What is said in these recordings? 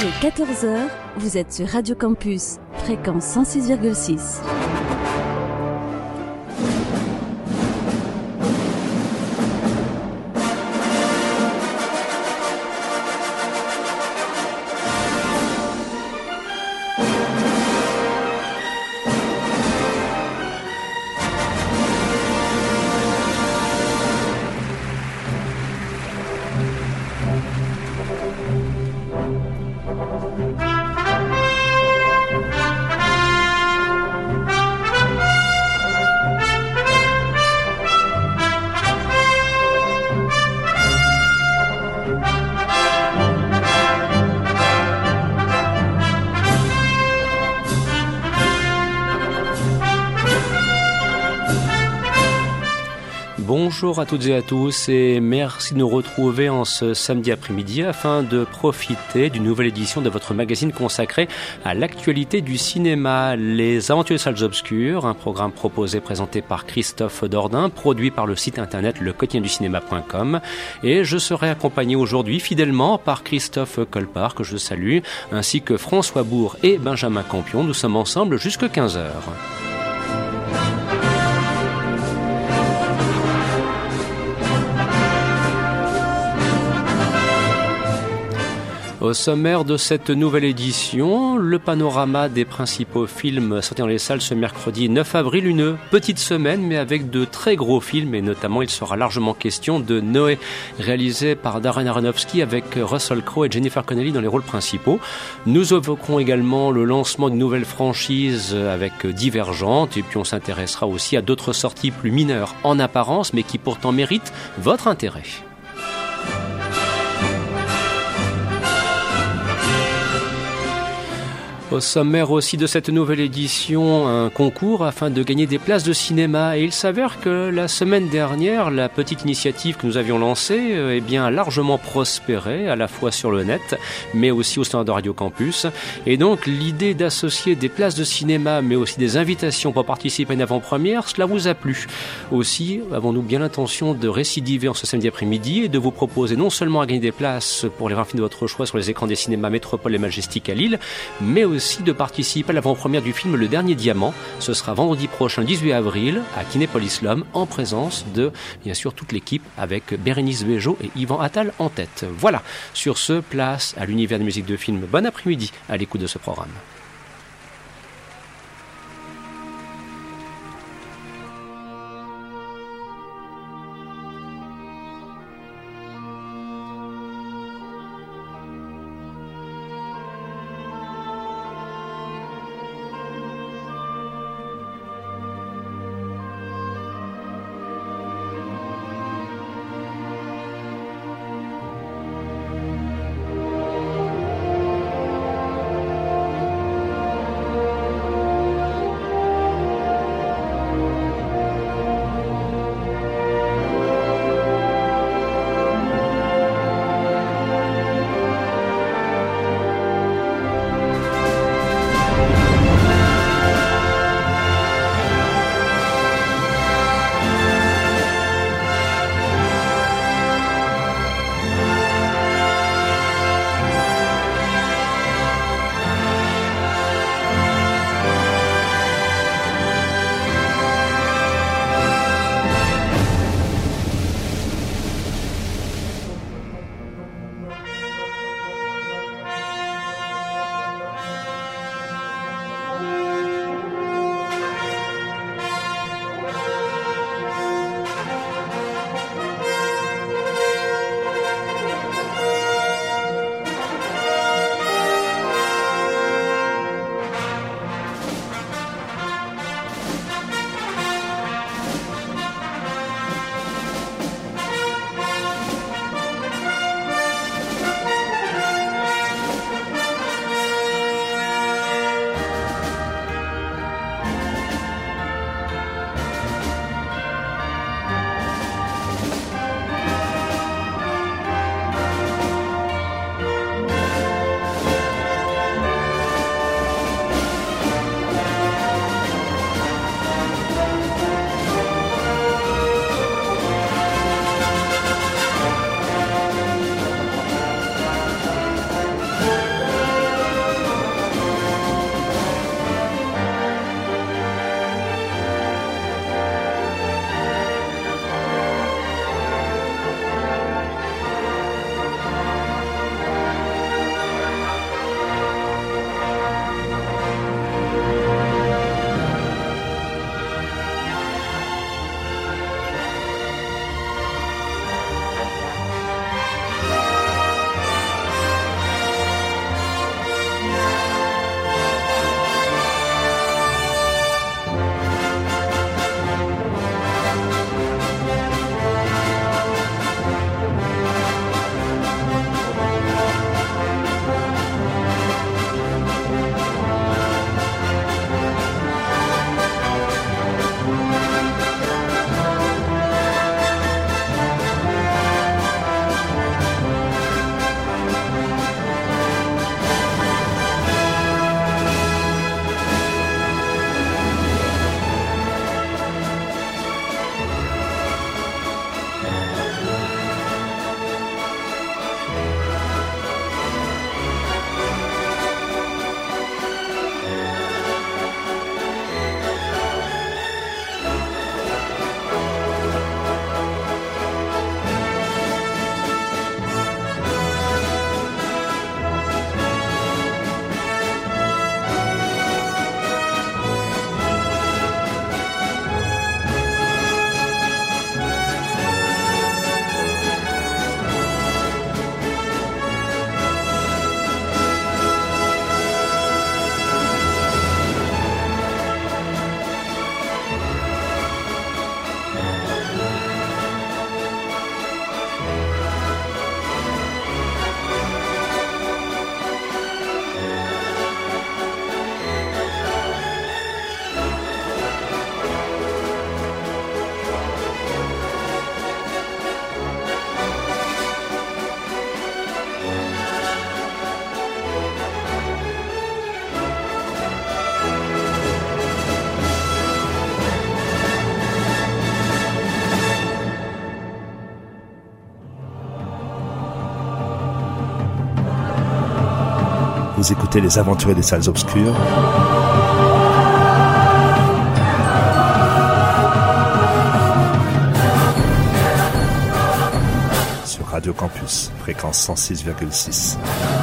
est 14 h, vous êtes sur Radio Campus, fréquence 106,6. Bonjour à toutes et à tous et merci de nous retrouver en ce samedi après-midi afin de profiter d'une nouvelle édition de votre magazine consacré à l'actualité du cinéma, Les Aventures des Salles Obscures, un programme proposé et présenté par Christophe Dordain, produit par le site internet lequotidienducinéma.com, et je serai accompagné aujourd'hui fidèlement par Christophe Colpart, que je salue, ainsi que François Bourg et Benjamin Campion. Nous sommes ensemble jusqu'à 15 h. Au sommaire de cette nouvelle édition, le panorama des principaux films sortis dans les salles ce mercredi 9 avril, une petite semaine mais avec de très gros films, et notamment il sera largement question de Noé, réalisé par Darren Aronofsky avec Russell Crowe et Jennifer Connelly dans les rôles principaux. Nous évoquerons également le lancement d'une nouvelle franchise avec Divergente, et puis on s'intéressera aussi à d'autres sorties plus mineures en apparence mais qui pourtant méritent votre intérêt. Au sommaire aussi de cette nouvelle édition, un concours afin de gagner des places de cinéma. Et il s'avère que la semaine dernière, la petite initiative que nous avions lancée a largement prospéré, à la fois sur le net, mais aussi au standard de Radio Campus. Et donc, l'idée d'associer des places de cinéma, mais aussi des invitations pour participer à une avant-première, cela vous a plu. Aussi, avons-nous bien l'intention de récidiver en ce samedi après-midi et de vous proposer non seulement à gagner des places pour les 20 films de votre choix sur les écrans des cinémas Métropole et Majestic à Lille, mais aussi de participer à l'avant-première du film Le Dernier Diamant. Ce sera vendredi prochain, 18 avril, à Kinépolis-Lhomme, en présence de, bien sûr, toute l'équipe avec Bérénice Bejo et Yvan Attal en tête. Voilà, sur ce, place à l'univers de musique de film. Bon après-midi à l'écoute de ce programme. Vous écoutez Les Aventuriers des Salles Obscures. Sur Radio Campus, fréquence 106,6.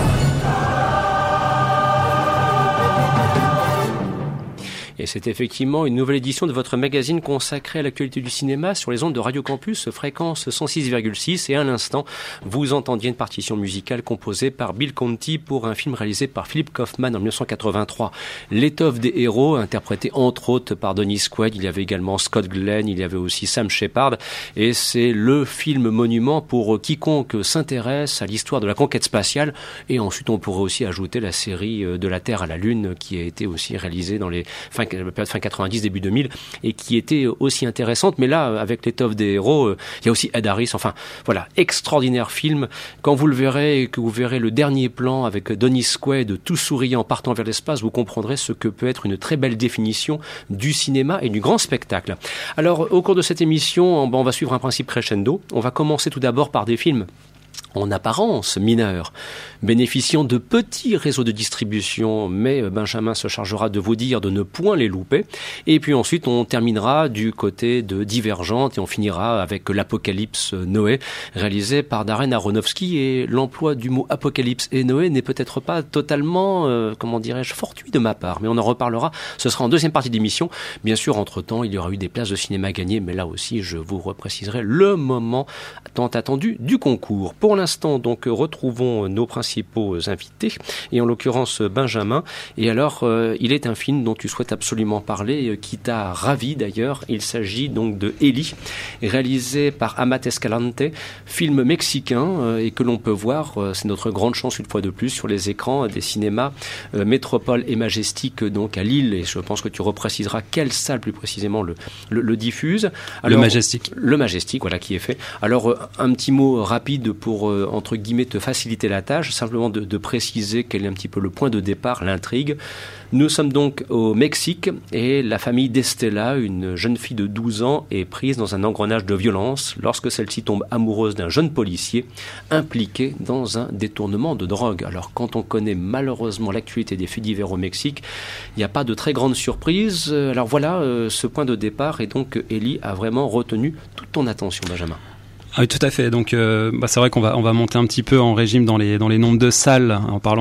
Et c'est effectivement une nouvelle édition de votre magazine consacré à l'actualité du cinéma sur les ondes de Radio Campus, fréquence 106,6. Et à l'instant, vous entendiez une partition musicale composée par Bill Conti pour un film réalisé par Philip Kaufman en 1983. L'étoffe des héros, interprétée entre autres par Dennis Quaid. Il y avait également Scott Glenn, il y avait aussi Sam Shepard. Et c'est le film monument pour quiconque s'intéresse à l'histoire de la conquête spatiale. Et ensuite, on pourrait aussi ajouter la série De la Terre à la Lune qui a été aussi réalisée dans les la période fin 90, début 2000, et qui était aussi intéressante. Mais là, avec l'étoffe des héros, il y a aussi Ed Harris. Enfin, voilà, extraordinaire film. Quand vous le verrez et que vous verrez le dernier plan avec Dennis Quaid tout souriant partant vers l'espace, vous comprendrez ce que peut être une très belle définition du cinéma et du grand spectacle. Alors, au cours de cette émission, on va suivre un principe crescendo. On va commencer tout d'abord par des films en apparence mineurs, bénéficiant de petits réseaux de distribution, mais Benjamin se chargera de vous dire de ne point les louper. Et puis ensuite, on terminera du côté de Divergente et on finira avec l'Apocalypse Noé, réalisé par Darren Aronofsky. Et l'emploi du mot Apocalypse et Noé n'est peut-être pas totalement, fortuit de ma part, mais on en reparlera. Ce sera en deuxième partie d'émission. Bien sûr, entre-temps, il y aura eu des places de cinéma gagnées, mais là aussi, je vous repréciserai le moment tant attendu du concours. Pour l'instant, donc, retrouvons nos principaux invités, et en l'occurrence Benjamin. Et alors, il est un film dont tu souhaites absolument parler, qui t'a ravi d'ailleurs. Il s'agit donc de Ellie, réalisé par Amat Escalante, film mexicain, et que l'on peut voir, c'est notre grande chance une fois de plus, sur les écrans des cinémas Métropole et Majestic, donc à Lille, et je pense que tu repréciseras quelle salle plus précisément le diffuse. Alors, le Majestic, voilà, qui est fait. Alors, un petit mot rapide pour entre guillemets te faciliter la tâche, simplement de préciser quel est un petit peu le point de départ, l'intrigue. Nous sommes donc au Mexique et la famille d'Estella, une jeune fille de 12 ans, est prise dans un engrenage de violence lorsque celle-ci tombe amoureuse d'un jeune policier impliqué dans un détournement de drogue. Alors quand on connaît malheureusement l'actualité des faits divers au Mexique, il n'y a pas de très grande surprise. Alors voilà ce point de départ, et donc Ellie a vraiment retenu toute ton attention, Benjamin. Ah oui, tout à fait. Donc, c'est vrai qu'on va monter un petit peu en régime dans les nombres de salles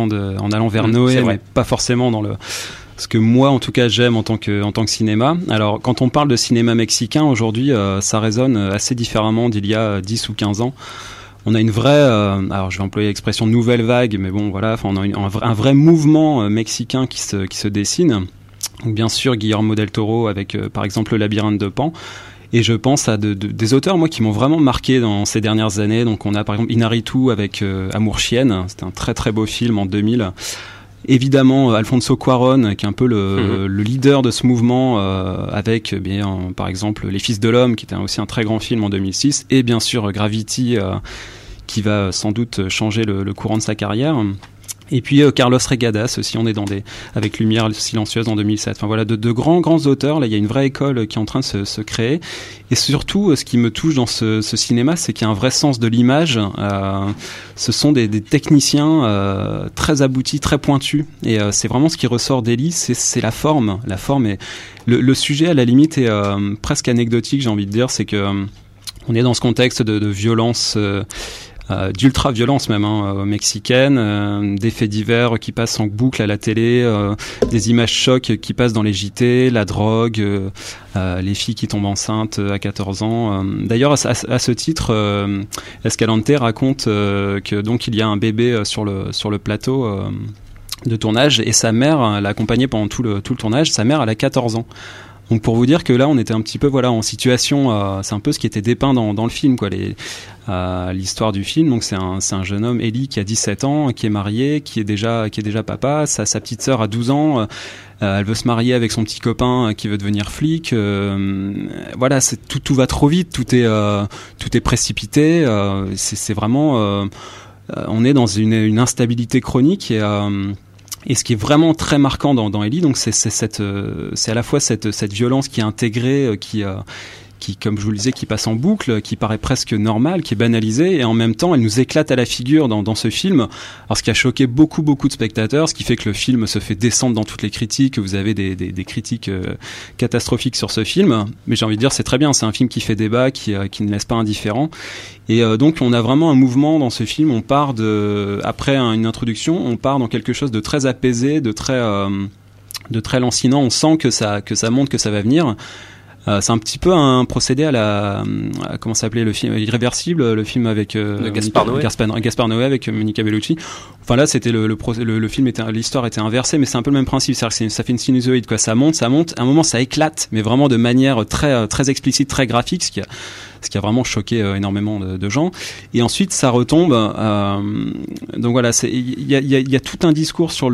en allant vers Noé, mais pas forcément dans ce que moi, en tout cas, j'aime en tant que cinéma. Alors, quand on parle de cinéma mexicain aujourd'hui, ça résonne assez différemment d'il y a 10 ou 15 ans. On a une vraie, alors je vais employer l'expression nouvelle vague, mais bon, voilà, on a un vrai mouvement mexicain qui se dessine. Donc, bien sûr, Guillermo del Toro avec, par exemple, Le Labyrinthe de Pan. Et je pense à des auteurs, moi, qui m'ont vraiment marqué dans ces dernières années. Donc, on a par exemple Inarritu avec Amour Chienne. C'était un très très beau film en 2000. Évidemment, Alfonso Cuarón, qui est un peu le leader de ce mouvement, avec par exemple Les Fils de l'Homme, qui était aussi un très grand film en 2006. Et bien sûr, Gravity, qui va sans doute changer le courant de sa carrière. Et puis Carlos Regadas aussi, on est avec Lumière silencieuse en 2007. Enfin voilà, de grands auteurs. Là, il y a une vraie école qui est en train de se créer. Et surtout, ce qui me touche dans ce cinéma, c'est qu'il y a un vrai sens de l'image. Ce sont des techniciens très aboutis, très pointus. Et c'est vraiment ce qui ressort d'Ellie, c'est la forme. La forme est le sujet à la limite est presque anecdotique, j'ai envie de dire. C'est que on est dans ce contexte de violence. D'ultra-violence même mexicaine, des faits divers qui passent en boucle à la télé, des images chocs qui passent dans les JT, la drogue, les filles qui tombent enceintes à 14 ans. D'ailleurs, à ce titre, Escalante raconte que donc il y a un bébé sur le plateau de tournage, et sa mère l'a accompagné pendant tout le tournage. Sa mère, elle a 14 ans. Donc pour vous dire que là on était un petit peu en situation, c'est un peu ce qui était dépeint dans le film, quoi. L'histoire du film. Donc c'est un jeune homme, Ellie, qui a 17 ans, qui est marié, qui est déjà papa. Sa petite sœur a 12 ans. Elle veut se marier avec son petit copain qui veut devenir flic. Voilà, tout va trop vite, tout est précipité. C'est vraiment, on est dans une instabilité chronique. Et ce qui est vraiment très marquant dans Ellie, donc c'est à la fois cette violence qui est intégrée, qui, comme je vous le disais, qui passe en boucle, qui paraît presque normale, qui est banalisée, et en même temps, elle nous éclate à la figure dans ce film. Alors, ce qui a choqué beaucoup de spectateurs, ce qui fait que le film se fait descendre dans toutes les critiques. Vous avez des critiques catastrophiques sur ce film, mais j'ai envie de dire, c'est très bien. C'est un film qui fait débat, qui ne laisse pas indifférent. Et donc, on a vraiment un mouvement dans ce film. On part après une introduction, on part dans quelque chose de très apaisé, de très lancinant. On sent que ça montre que ça va venir. C'est un petit peu un procédé à comment s'appelait le film Irréversible, le film avec Gaspard Noé avec Monica Bellucci. Enfin là, c'était le film l'histoire était inversée, mais c'est un peu le même principe. C'est-à-dire que ça fait une sinusoïde, quoi. Ça monte. À un moment, ça éclate, mais vraiment de manière très explicite, très graphique, ce qui a vraiment choqué énormément de gens. Et ensuite, ça retombe. Donc voilà, il y a tout un discours sur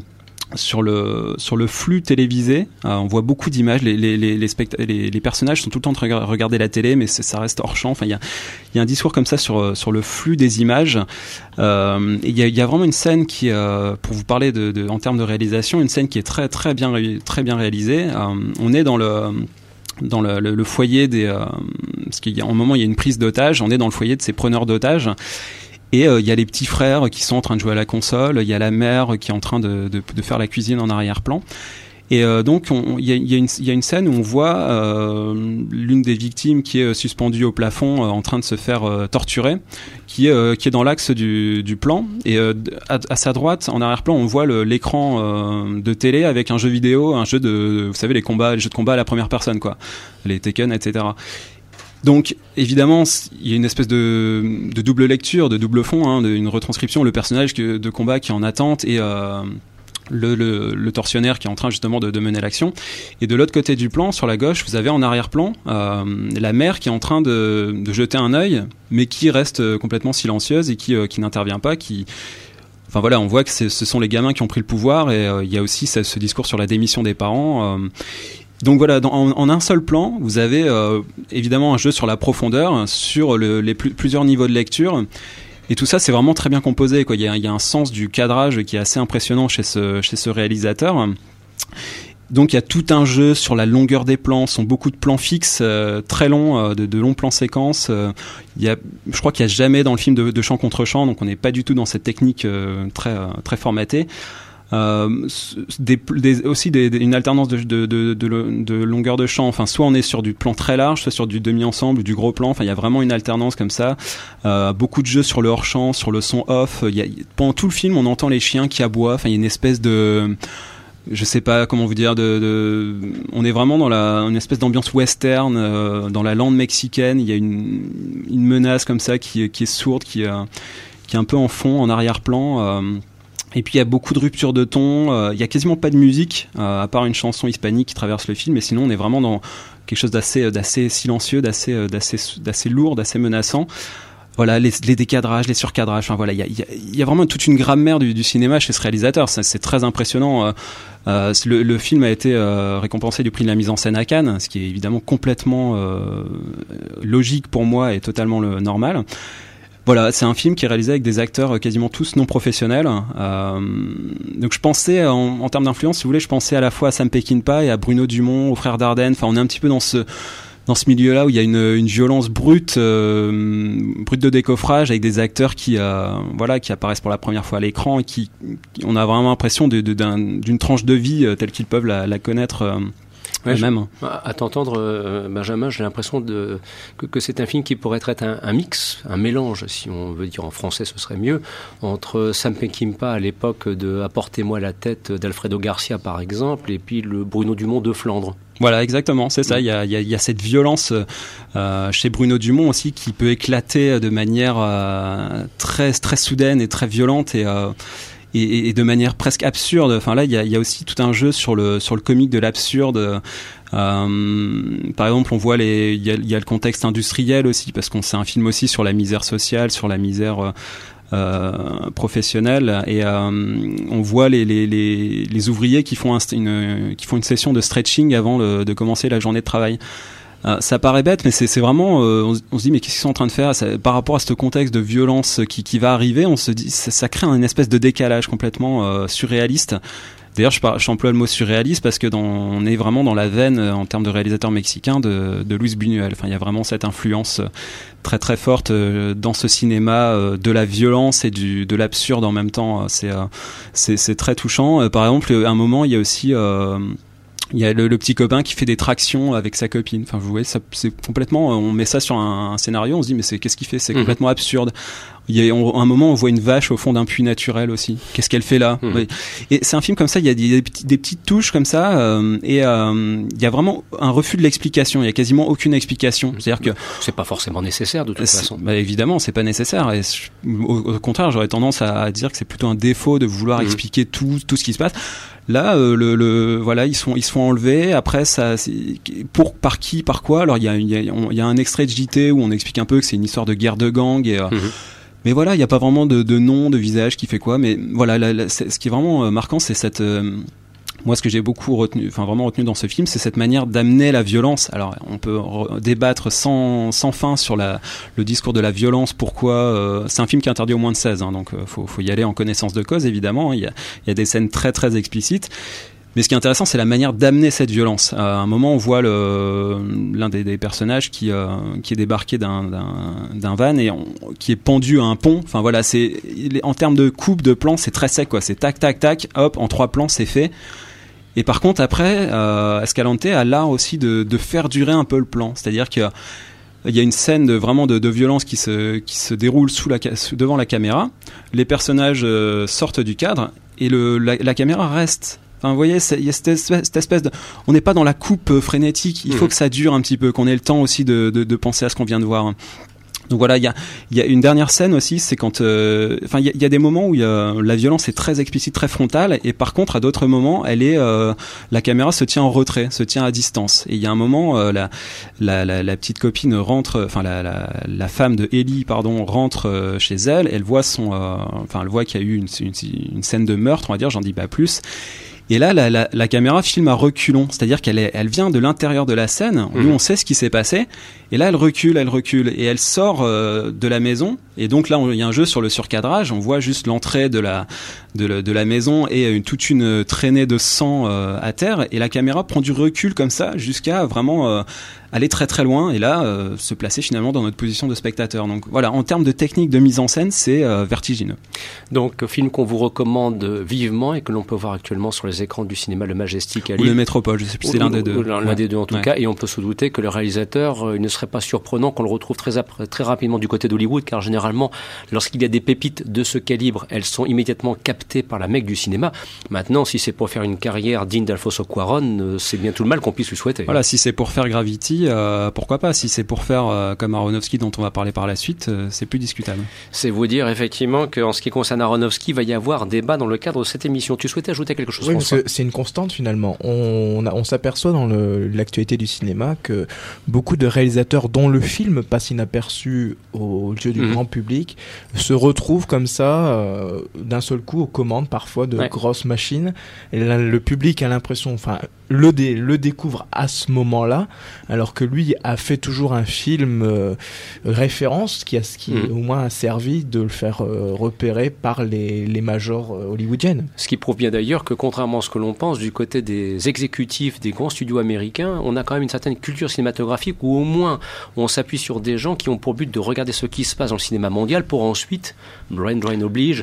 le flux télévisé. On voit beaucoup d'images. Les personnages sont tout le temps en train de regarder la télé, mais ça reste hors champ. Enfin, il y a un discours comme ça sur le flux des images. Il y a vraiment une scène qui, pour vous parler en termes de réalisation, une scène qui est très bien réalisée. On est dans le foyer parce qu'il y a un moment, il y a une prise d'otage. On est dans le foyer de ces preneurs d'otages. Et il y a les petits frères qui sont en train de jouer à la console, il y a la mère qui est en train de faire la cuisine en arrière-plan. Et donc il y a une scène où on voit l'une des victimes qui est suspendue au plafond en train de se faire torturer, qui est dans l'axe du plan. Et à sa droite, en arrière-plan, on voit l'écran de télé avec un jeu vidéo, un jeu vous savez, les jeux de combat à la première personne, quoi, les Tekken, etc. Donc, évidemment, il y a une espèce de double lecture, de double fond, une retranscription, le personnage de combat qui est en attente et le tortionnaire qui est en train justement de mener l'action. Et de l'autre côté du plan, sur la gauche, vous avez en arrière-plan la mère qui est en train de jeter un œil, mais qui reste complètement silencieuse et qui n'intervient pas, Enfin voilà, on voit que ce sont les gamins qui ont pris le pouvoir, et il y a aussi ce discours sur la démission des parents. Donc voilà, en un seul plan, vous avez évidemment un jeu sur la profondeur, sur plusieurs niveaux de lecture, et tout ça c'est vraiment très bien composé, quoi. Il y a un sens du cadrage qui est assez impressionnant chez ce réalisateur. Donc il y a tout un jeu sur la longueur des plans, sont beaucoup de plans fixes, très longs, de longs plans séquences. Je crois qu'il n'y a jamais dans le film de champ contre champ, donc on n'est pas du tout dans cette technique très formatée. Aussi une alternance de longueur de champ. Enfin, soit on est sur du plan très large, soit sur du demi-ensemble ou du gros plan. Enfin, il y a vraiment une alternance comme ça. Beaucoup de jeux sur le hors-champ, sur le son off. Pendant tout le film, on entend les chiens qui aboient. Enfin, il y a une espèce je sais pas comment vous dire, on est vraiment dans une espèce d'ambiance western, dans la lande mexicaine. Il y a une menace comme ça qui est sourde, qui est un peu en fond, en arrière-plan. Et puis il y a beaucoup de ruptures de ton, il y a quasiment pas de musique, à part une chanson hispanique qui traverse le film, et sinon on est vraiment dans quelque chose d'assez silencieux, d'assez lourd, d'assez menaçant. Voilà, les décadrages, les surcadrages, enfin voilà, il y a vraiment toute une grammaire du cinéma chez ce réalisateur. C'est très impressionnant. Le film a été récompensé du prix de la mise en scène à Cannes, ce qui est évidemment complètement logique pour moi et totalement normal. Voilà, c'est un film qui est réalisé avec des acteurs quasiment tous non professionnels. Donc je pensais, en termes d'influence, si vous voulez, je pensais à la fois à Sam Peckinpah et à Bruno Dumont, aux frères Dardenne. Enfin, on est un petit peu dans ce milieu-là où il y a une violence brute de décoffrage, avec des acteurs qui apparaissent pour la première fois à l'écran et on a vraiment l'impression d'une tranche de vie telle qu'ils peuvent la connaître. Ouais, même. À t'entendre, Benjamin, j'ai l'impression que c'est un film qui pourrait être un mix, un mélange, si on veut dire en français, ce serait mieux, entre Sam Peckinpah à l'époque de Apportez-moi la tête d'Alfredo Garcia, par exemple, et puis le Bruno Dumont de Flandre. Voilà, exactement, c'est ça. Il y a cette violence chez Bruno Dumont aussi qui peut éclater de manière très très soudaine et très violente et de manière presque absurde. Enfin là, il y a aussi tout un jeu sur le comique de l'absurde. Par exemple, on voit il y a le contexte industriel aussi, parce qu'on c'est un film aussi sur la misère sociale, sur la misère professionnelle, et on voit les ouvriers qui font une session de stretching avant de commencer la journée de travail. Ça paraît bête, mais c'est vraiment on se dit mais qu'est-ce qu'ils sont en train de faire par rapport à ce contexte de violence qui va arriver. On se dit ça crée une espèce de décalage complètement surréaliste, D'ailleurs, j'emploie le mot surréaliste parce que on est vraiment dans la veine en termes de réalisateur mexicain de Luis Buñuel. Enfin, il y a vraiment cette influence très très forte dans ce cinéma de la violence et de l'absurde en même temps. C'est très touchant. Par exemple, à un moment, il y a aussi il y a le petit copain qui fait des tractions avec sa copine. Enfin, vous voyez, ça, c'est complètement. On met ça sur un scénario, on se dit mais qu'est-ce qu'il fait ? C'est complètement absurde. À un moment, on voit une vache au fond d'un puits naturel aussi. Qu'est-ce qu'elle fait là ? Et c'est un film comme ça. Il y a des petites touches comme ça, et il y a vraiment un refus de l'explication. Il y a quasiment aucune explication. C'est-à-dire que c'est pas forcément nécessaire de toute façon. Bah, évidemment, c'est pas nécessaire. Et au contraire, j'aurais tendance à dire que c'est plutôt un défaut de vouloir expliquer tout ce qui se passe. Là, voilà, ils se font enlever. Après, ça, par qui, par quoi ? Alors, il y a un extrait de JT où on explique un peu que c'est une histoire de guerre de gang et. Mais voilà, il n'y a pas vraiment de nom, de visage qui fait quoi. Mais voilà, ce qui est vraiment marquant, c'est cette. Moi, ce que j'ai beaucoup vraiment retenu dans ce film, c'est cette manière d'amener la violence. Alors, on peut débattre sans fin sur le discours de la violence. Pourquoi c'est un film qui est interdit aux moins de 16, hein, donc faut y aller en connaissance de cause, évidemment. Il y a des scènes très très explicites. Mais ce qui est intéressant, c'est la manière d'amener cette violence. À un moment, on voit l'un des personnages qui est débarqué d'un van et qui est pendu à un pont. Enfin voilà, en termes de coupe de plan, c'est très sec, quoi. C'est tac tac tac, hop, en 3 plans, c'est fait. Et par contre, après, Escalante a l'art aussi de faire durer un peu le plan. C'est-à-dire qu'il y a une scène de violence qui se déroule devant la caméra. Les personnages sortent du cadre et la caméra reste. Enfin, vous voyez, il y a cette espèce de. On n'est pas dans la coupe frénétique. Il faut que ça dure un petit peu, qu'on ait le temps aussi de penser à ce qu'on vient de voir. Donc voilà, il y a une dernière scène aussi, c'est quand. Enfin, il y a des moments où la violence est très explicite, très frontale, et par contre, à d'autres moments, la caméra se tient en retrait, se tient à distance. Et il y a un moment, la petite copine rentre, enfin la femme de Ellie, rentre chez elle. Elle voit elle voit qu'il y a eu une scène de meurtre, on va dire. J'en dis pas plus. Et là, la caméra filme à reculons, c'est-à-dire qu'elle vient de l'intérieur de la scène. Nous, on sait ce qui s'est passé. Et là, elle recule, et elle sort de la maison. Et donc là, il y a un jeu sur le surcadrage. On voit juste l'entrée de la maison et toute une traînée de sang à terre. Et la caméra prend du recul comme ça jusqu'à vraiment aller très très loin. Et là, se placer finalement dans notre position de spectateur. Donc voilà, en termes de technique de mise en scène, c'est vertigineux. Donc, film qu'on vous recommande vivement et que l'on peut voir actuellement sur les écrans du cinéma Le Majestic à Lille. Ou le Métropole, je sais plus, c'est l'un des deux. L'un des deux en tout cas. Et on peut se douter que le réalisateur, il ne serait pas surprenant qu'on le retrouve très rapidement du côté d'Hollywood, car généralement, lorsqu'il y a des pépites de ce calibre, elles sont immédiatement captées par la mecque du cinéma. Maintenant, si c'est pour faire une carrière digne d'Alfonso Cuarón, c'est bien tout le mal qu'on puisse lui souhaiter. Voilà, si c'est pour faire Gravity, pourquoi pas. Si c'est pour faire comme Aronofsky, dont on va parler par la suite, c'est plus discutable. C'est vous dire effectivement qu'en ce qui concerne Aronofsky, il va y avoir débat dans le cadre de cette émission. Tu souhaitais ajouter quelque chose, François ? Oui, c'est une constante finalement. On s'aperçoit dans l'actualité du cinéma que beaucoup de réalisateurs dont le film passe inaperçu aux yeux du grand public se retrouvent comme ça d'un seul coup aux commandes parfois de grosses machines. Et là, le public a l'impression, le découvre à ce moment-là, alors que lui a fait toujours un film référence qui au moins a servi de le faire repérer par les majors hollywoodiennes. Ce qui prouve bien d'ailleurs que contrairement à ce que l'on pense, du côté des exécutifs des grands studios américains, on a quand même une certaine culture cinématographique où au moins on s'appuie sur des gens qui ont pour but de regarder ce qui se passe dans le cinéma mondial pour ensuite, brain drain oblige,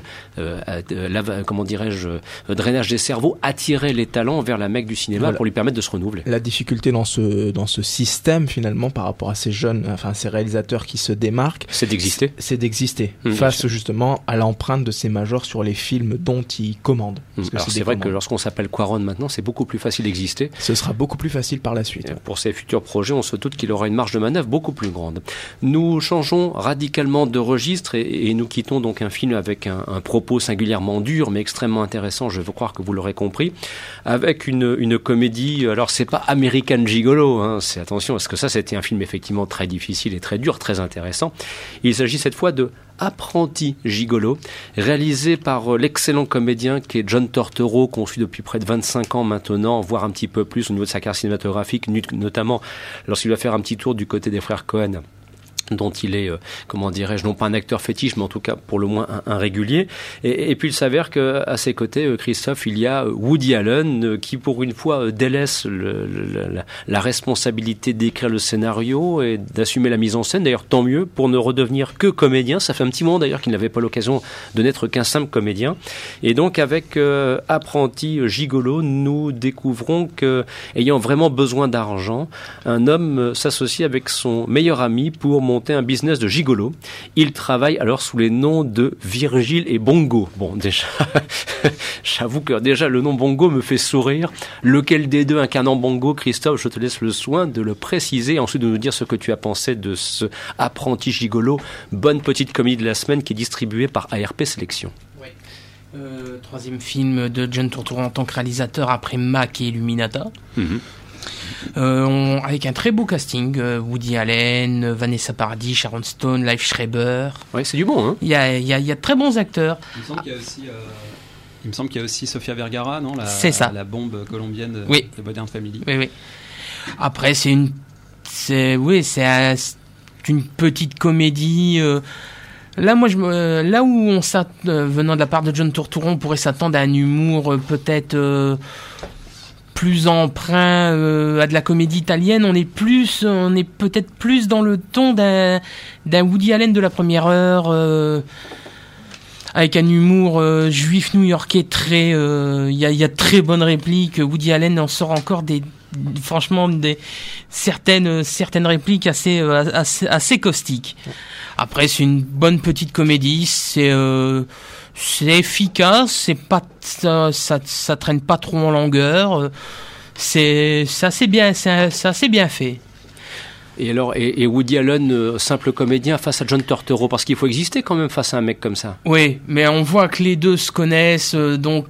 drainage des cerveaux, attirer les talents vers la mecque du cinéma pour lui permettre de se renouveler. La difficulté dans ce système finalement par rapport à ces ces réalisateurs qui se démarquent, c'est d'exister. Face justement à l'empreinte de ces majors sur les films dont ils commandent. Alors c'est vrai que lorsqu'on s'appelle Cuarón maintenant, c'est beaucoup plus facile d'exister. Ce sera beaucoup plus facile par la suite. Pour ses futurs projets, on se doute qu'il aura une marge de manœuvre beaucoup plus grande. Nous changeons radicalement de registre et nous quittons donc un film avec un propos singulièrement dur mais extrêmement intéressant, je veux croire que vous l'aurez compris, avec une comédie. Alors c'est pas American Gigolo, c'est attention parce que ça c'était un film effectivement très difficile et très dur, très intéressant. Il s'agit cette fois de Apprenti Gigolo, réalisé par l'excellent comédien qui est John Turturro, qu'on suit depuis près de 25 ans maintenant, voire un petit peu plus au niveau de sa carrière cinématographique, notamment lorsqu'il va faire un petit tour du côté des frères Cohen dont il est, comment dirais-je, non pas un acteur fétiche, mais en tout cas pour le moins un régulier. Et puis il s'avère qu'à ses côtés, Christophe, il y a Woody Allen qui pour une fois délaisse la responsabilité d'écrire le scénario et d'assumer la mise en scène. D'ailleurs, tant mieux pour ne redevenir que comédien. Ça fait un petit moment d'ailleurs qu'il n'avait pas l'occasion de n'être qu'un simple comédien. Et donc avec Apprenti Gigolo, nous découvrons que, ayant vraiment besoin d'argent, un homme s'associe avec son meilleur ami pour monter un business de gigolo. Il travaille alors sous les noms de Virgile et Bongo. Bon, déjà, j'avoue que déjà le nom Bongo me fait sourire. Lequel des deux incarnant Bongo, Christophe, je te laisse le soin de le préciser et ensuite de nous dire ce que tu as pensé de ce Apprenti Gigolo, bonne petite comédie de la semaine qui est distribuée par ARP Sélection. Ouais. Troisième film de John Turturro en tant que réalisateur après Mac et Illuminata. Avec un très beau casting, Woody Allen, Vanessa Paradis, Sharon Stone, Liv Schreiber. Ouais, c'est du bon, hein. Il y a de très bons acteurs. Il me semble qu'il y a aussi Sofia Vergara, non, c'est ça. La bombe colombienne de Modern Family. Oui. Après, c'est une petite comédie. Là, là où venant de la part de John Turturro, on pourrait s'attendre à un humour peut-être plus emprunt à de la comédie italienne. On est peut-être plus dans le ton d'un Woody Allen de la première heure, avec un humour juif new-yorkais très. Il y a très bonnes répliques. Woody Allen en sort encore certaines répliques assez caustiques. Après, c'est une bonne petite comédie. C'est efficace, ça traîne pas trop en longueur. C'est assez bien fait. Et alors, et Woody Allen, simple comédien face à John Turturro, parce qu'il faut exister quand même face à un mec comme ça. Oui, mais on voit que les deux se connaissent, donc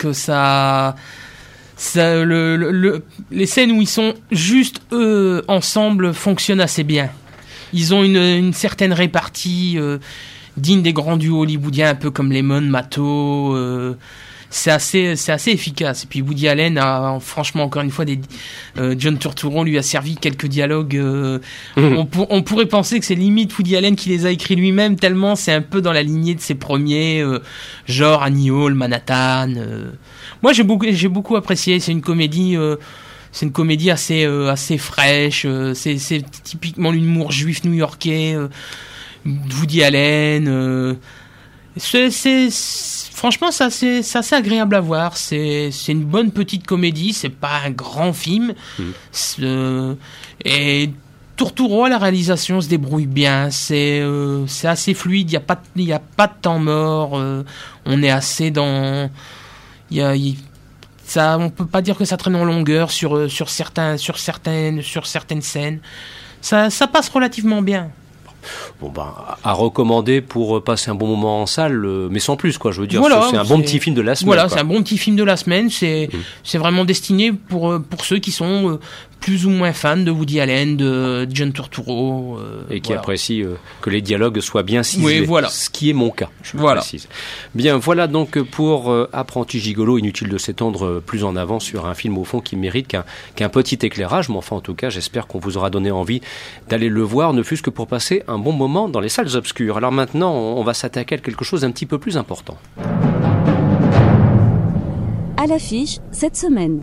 les scènes où ils sont juste eux ensemble fonctionnent assez bien. Ils ont une certaine répartie digne des grands duos hollywoodiens, un peu comme Lemon, Matto. C'est assez efficace. Et puis Woody Allen a franchement encore une fois John Turturro lui a servi quelques dialogues. On pourrait penser que c'est limite Woody Allen qui les a écrits lui-même, tellement c'est un peu dans la lignée de ses premiers, genre Annie Hall, Manhattan. Moi j'ai beaucoup apprécié. C'est une comédie assez fraîche. C'est typiquement l'humour juif new-yorkais. Woody Allen. Franchement, c'est assez agréable à voir. C'est une bonne petite comédie. C'est pas un grand film. Et Turturro à la réalisation se débrouille bien. C'est assez fluide. Il y a pas de temps mort. On est assez dans. On peut pas dire que ça traîne en longueur sur certaines scènes. Ça passe relativement bien. Bon à recommander pour passer un bon moment en salle, mais sans plus quoi. Je veux dire, voilà, c'est un bon petit film de la semaine. Voilà, c'est un bon petit film de la semaine. C'est vraiment destiné pour ceux qui sont plus ou moins fans de Woody Allen, de John Turturro, et qui apprécient que les dialogues soient bien ciselés. Oui, voilà. Ce qui est mon cas. Je précise. Bien, voilà donc pour Apprenti Gigolo. Inutile de s'étendre plus en avant sur un film au fond qui mérite qu'un petit éclairage. Mais enfin, en tout cas, j'espère qu'on vous aura donné envie d'aller le voir, ne fût-ce que pour passer un bon moment dans les salles obscures. Alors maintenant, on va s'attaquer à quelque chose d'un petit peu plus important. À l'affiche cette semaine.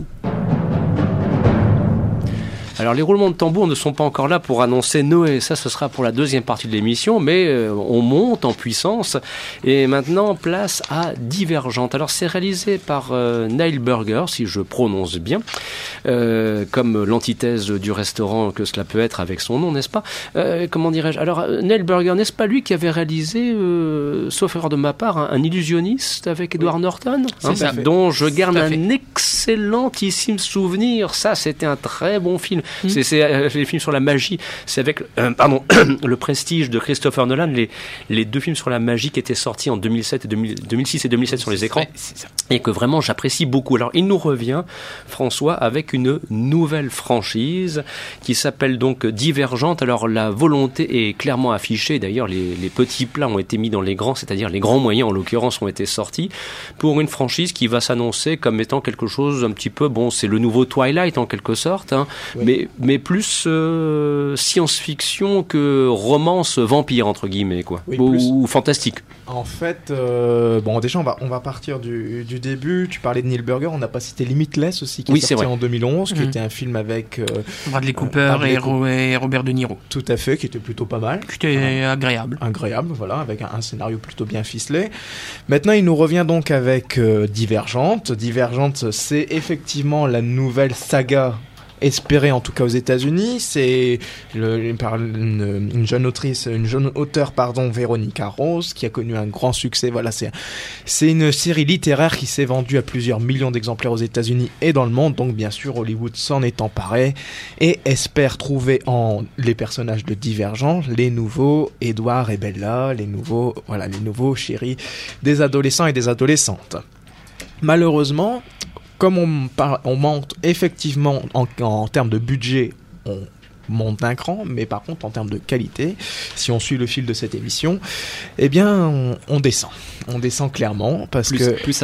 Alors les roulements de tambour ne sont pas encore là pour annoncer Noé, ça ce sera pour la deuxième partie de l'émission, mais on monte en puissance et maintenant place à Divergente. Alors c'est réalisé par Neil Burger, si je prononce bien, comme l'antithèse du restaurant que cela peut être avec son nom, n'est-ce pas? Comment dirais-je? Alors Neil Burger, n'est-ce pas lui qui avait réalisé, sauf erreur de ma part, un illusionniste avec Edward Norton, dont je garde un excellentissime souvenir. Ça c'était un très bon film. C'est les films sur la magie. C'est avec le Prestige de Christopher Nolan, les deux films sur la magie qui étaient sortis en 2006 et 2007 sur les écrans, et que vraiment j'apprécie beaucoup. Alors il nous revient, François, avec une nouvelle franchise qui s'appelle donc Divergente. Alors la volonté est clairement affichée. D'ailleurs les petits plats ont été mis dans les grands, c'est-à-dire les grands moyens en l'occurrence ont été sortis pour une franchise qui va s'annoncer comme étant quelque chose un petit peu, bon, c'est le nouveau Twilight en quelque sorte, hein, mais plus science-fiction que romance vampire entre guillemets quoi, oui, ou fantastique. En fait, bon déjà on va partir du début. Tu parlais de Neil Burger, on n'a pas cité Limitless aussi qui est sorti en 2011, qui était un film avec Bradley Cooper et Robert De Niro. Tout à fait, qui était plutôt pas mal. Qui était agréable, voilà, avec un scénario plutôt bien ficelé. Maintenant, il nous revient donc avec Divergente. Divergente, c'est effectivement la nouvelle saga espérée en tout cas aux États-Unis. C'est une jeune auteure, Véronica Rose, qui a connu un grand succès. Voilà, c'est une série littéraire qui s'est vendue à plusieurs millions d'exemplaires aux États-Unis et dans le monde. Donc bien sûr, Hollywood s'en est emparé et espère trouver en les personnages de Divergent les nouveaux Edward et Bella, les nouveaux chéris des adolescents et des adolescentes. Malheureusement, comme on monte effectivement en termes de budget, on monte d'un cran, mais par contre en termes de qualité, si on suit le fil de cette émission, eh bien on descend. On descend clairement parce que plus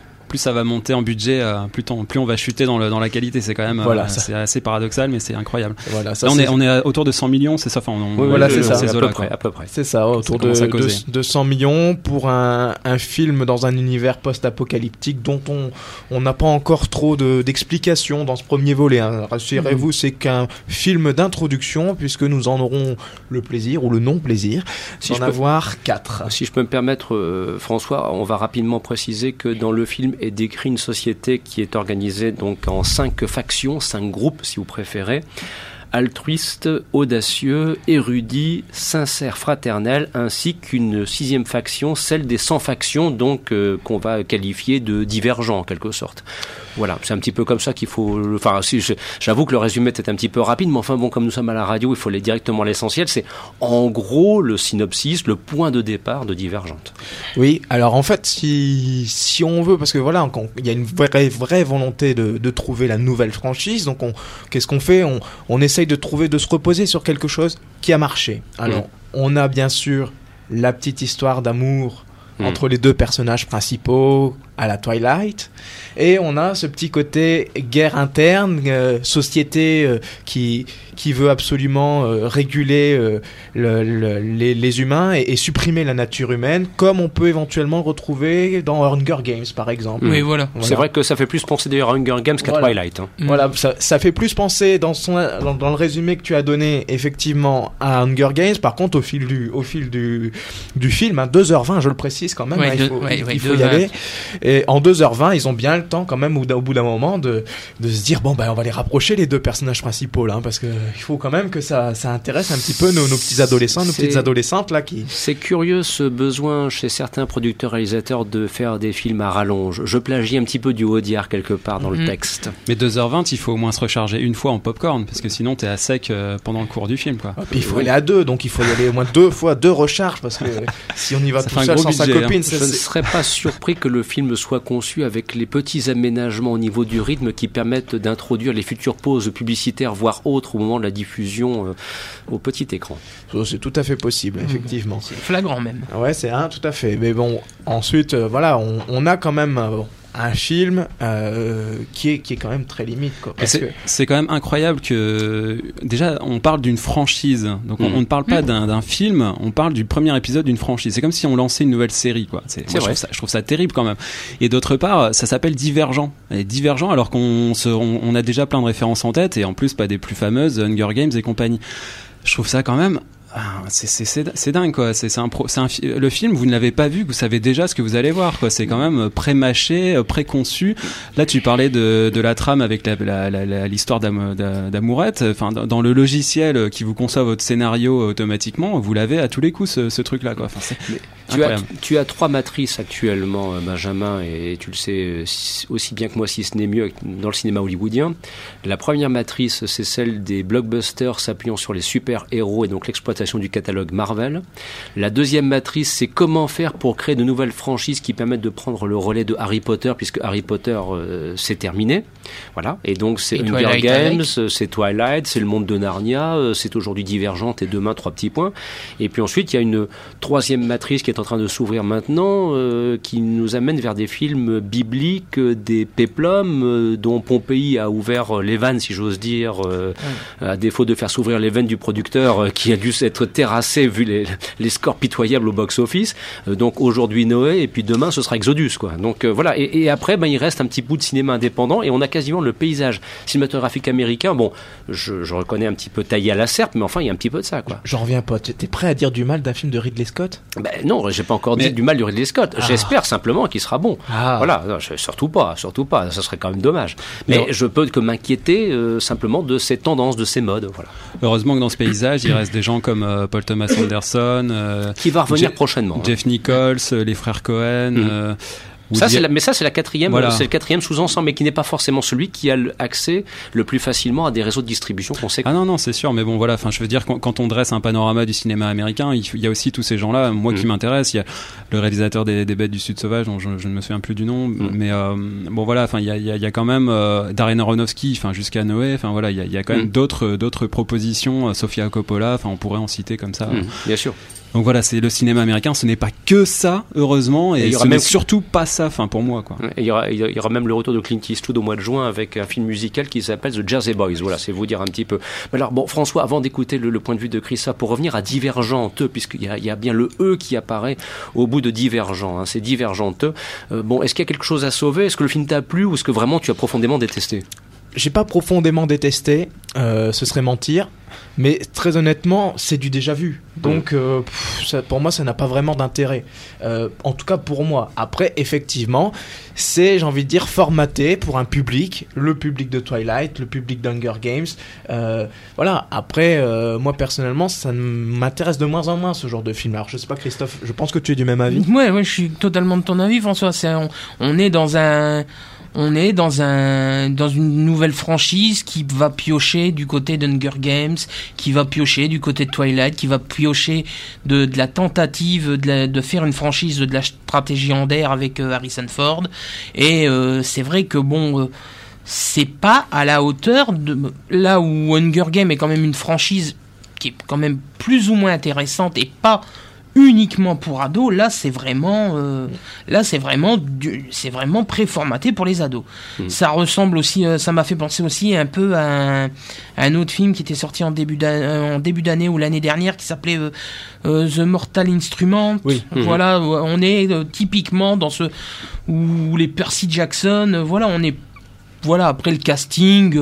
ça va monter en budget, plus on va chuter dans la qualité. C'est quand même c'est assez paradoxal, mais c'est incroyable. Voilà, là, on est autour de 100 millions, c'est ça. C'est ça, à peu près. C'est ça, autour de 100 millions pour un film dans un univers post-apocalyptique dont on n'a pas encore trop d'explications dans ce premier volet. Hein. Rassurez-vous, c'est qu'un film d'introduction, puisque nous en aurons le plaisir ou le non-plaisir d'en avoir 4. Si je peux me permettre, François, on va rapidement préciser que dans le film est décrit une société qui est organisée donc en 5 factions, 5 groupes si vous préférez, altruiste, audacieux, érudit, sincère, fraternel, ainsi qu'une 6e faction, celle des 100 factions, donc qu'on va qualifier de divergents en quelque sorte. Voilà, c'est un petit peu comme ça qu'il faut. Enfin, j'avoue que le résumé était un petit peu rapide, mais enfin bon, comme nous sommes à la radio, il faut aller directement à l'essentiel. C'est en gros le synopsis, le point de départ de Divergente. Oui, alors en fait, si on veut, parce que voilà, il y a une vraie volonté de trouver la nouvelle franchise. Donc, qu'est-ce qu'on fait ? On essaye de se reposer sur quelque chose qui a marché. Alors, on a bien sûr la petite histoire d'amour entre les deux personnages principaux à la Twilight, et on a ce petit côté guerre interne, société qui veut absolument réguler les humains et supprimer la nature humaine, comme on peut éventuellement le retrouver dans Hunger Games par exemple. Oui, voilà. C'est vrai que ça fait plus penser d'ailleurs à Hunger Games qu'à Twilight. Hein. Voilà, ça fait plus penser dans le résumé que tu as donné effectivement à Hunger Games. Par contre, au fil du film, 2h20, je le précise quand même, il faut y aller. Et en 2h20, ils ont bien le temps quand même au bout d'un moment de se dire on va les rapprocher les deux personnages principaux là, parce que il faut quand même que ça intéresse un petit peu nos petits adolescents, nos petites adolescentes là qui. C'est curieux ce besoin chez certains producteurs réalisateurs de faire des films à rallonge. Je plagie un petit peu du Audiard quelque part dans le texte. Mais 2h20, il faut au moins se recharger une fois en popcorn, parce que sinon t'es à sec pendant le cours du film quoi. Il faut aller à 2, donc il faut y aller au moins 2 fois 2 recharges, parce que si on y va tout seul sans sa copine, je ne serais pas surpris que le film soit conçu avec les petits aménagements au niveau du rythme qui permettent d'introduire les futures pauses publicitaires voire autres au moment de la diffusion au petit écran. C'est tout à fait possible, effectivement. C'est flagrant même. Ouais, tout à fait. Mais bon, ensuite, on a quand même un film qui est quand même très limite quoi, c'est quand même incroyable que déjà on parle d'une franchise, donc on ne parle pas d'un film, on parle du premier épisode d'une franchise. C'est comme si on lançait une nouvelle série quoi. Je trouve ça terrible quand même. Et d'autre part, ça s'appelle Divergent. Et Divergent alors qu'on a déjà plein de références en tête, et en plus pas des plus fameuses, Hunger Games et compagnie. Je trouve ça quand même c'est dingue quoi. Le film, vous ne l'avez pas vu, vous savez déjà ce que vous allez voir quoi. C'est quand même pré-mâché, préconçu. Là tu parlais de la trame avec l'histoire d'amourette. Enfin, dans le logiciel qui vous conçoit votre scénario automatiquement, vous l'avez à tous les coups ce truc là quoi. Enfin, c'est incroyable. Tu as 3 matrices actuellement, Benjamin, et tu le sais aussi bien que moi, si ce n'est mieux, dans le cinéma hollywoodien. La première matrice, c'est celle des blockbusters s'appuyant sur les super-héros et donc l'exploitation du catalogue Marvel. La deuxième matrice, c'est comment faire pour créer de nouvelles franchises qui permettent de prendre le relais de Harry Potter, puisque Harry Potter c'est terminé. Voilà. Et donc c'est Hunger Games, c'est Twilight, c'est le monde de Narnia, c'est aujourd'hui Divergente et demain 3 petits points. Et puis ensuite il y a une troisième matrice qui est en train de s'ouvrir maintenant, qui nous amènent vers des films bibliques, des péplums, dont Pompéi a ouvert les vannes, si j'ose dire, à défaut de faire s'ouvrir les veines du producteur, qui a dû être terrassé vu les scores pitoyables au box-office. Donc aujourd'hui Noé, et puis demain ce sera Exodus, quoi. Donc voilà. Et après, il reste un petit bout de cinéma indépendant, et on a quasiment le paysage cinématographique américain. Bon, je reconnais un petit peu taillé à la serpe, mais enfin il y a un petit peu de ça, quoi. J'en reviens pas. T'es prêt à dire du mal d'un film de Ridley Scott ? Non, j'ai pas encore dit du mal de Ridley Scott. J'espère simplement qu'il sera bon. Voilà, non, surtout pas. Ça serait quand même dommage. Mais je peux que m'inquiéter simplement de ces tendances, de ces modes. Voilà. Heureusement que dans ce paysage, il reste des gens comme Paul Thomas Anderson, qui va revenir prochainement. Jeff Nichols, les frères Cohen. Ça, c'est le quatrième sous-ensemble, mais qui n'est pas forcément celui qui a accès le plus facilement à des réseaux de distribution conséquents. Ah non, c'est sûr, mais bon, voilà, je veux dire, quand on dresse un panorama du cinéma américain, il y a aussi tous ces gens-là, moi qui m'intéressent. Il y a le réalisateur des Bêtes du Sud sauvage, dont je ne me souviens plus du nom, mais bon, voilà, il y a quand même Darren Aronofsky, jusqu'à Noé, voilà, il y a quand même d'autres propositions, Sofia Coppola, on pourrait en citer comme ça. Bien sûr. Donc voilà, c'est le cinéma américain, ce n'est pas que ça, heureusement, et ce n'est surtout pas ça, pour moi, quoi. Et il y aura même le retour de Clint Eastwood au mois de juin avec un film musical qui s'appelle The Jersey Boys. Voilà, c'est vous dire un petit peu. Mais alors, bon, François, avant d'écouter le point de vue de Chrissa, pour revenir à Divergente, puisqu'il y a bien le E qui apparaît au bout de Divergent, c'est Divergente. Bon, est-ce qu'il y a quelque chose à sauver? Est-ce que le film t'a plu ou est-ce que vraiment tu as profondément détesté? J'ai pas profondément détesté, ce serait mentir, mais très honnêtement, c'est du déjà vu. Donc, pour moi, ça n'a pas vraiment d'intérêt. En tout cas, pour moi. Après, effectivement, c'est, j'ai envie de dire, formaté pour un public, le public de Twilight, le public d'Hunger Games. Voilà. Après, moi, personnellement, ça m'intéresse de moins en moins, ce genre de film. Alors, je sais pas, Christophe, je pense que tu es du même avis. Ouais, je suis totalement de ton avis, François. On est dans une nouvelle franchise qui va piocher du côté d'Hunger Games, qui va piocher du côté de Twilight, qui va piocher de la tentative de faire une franchise de la stratégie en d'air avec Harrison Ford. Et c'est vrai que c'est pas à la hauteur de là où Hunger Games est quand même une franchise qui est quand même plus ou moins intéressante et pas uniquement pour ados. Là c'est vraiment préformaté pour les ados. Ça ressemble aussi, ça m'a fait penser aussi un peu à un autre film qui était sorti en début d'année ou l'année dernière qui s'appelait The Mortal Instrument. Voilà, on est typiquement dans où les Percy Jackson, voilà, après le casting,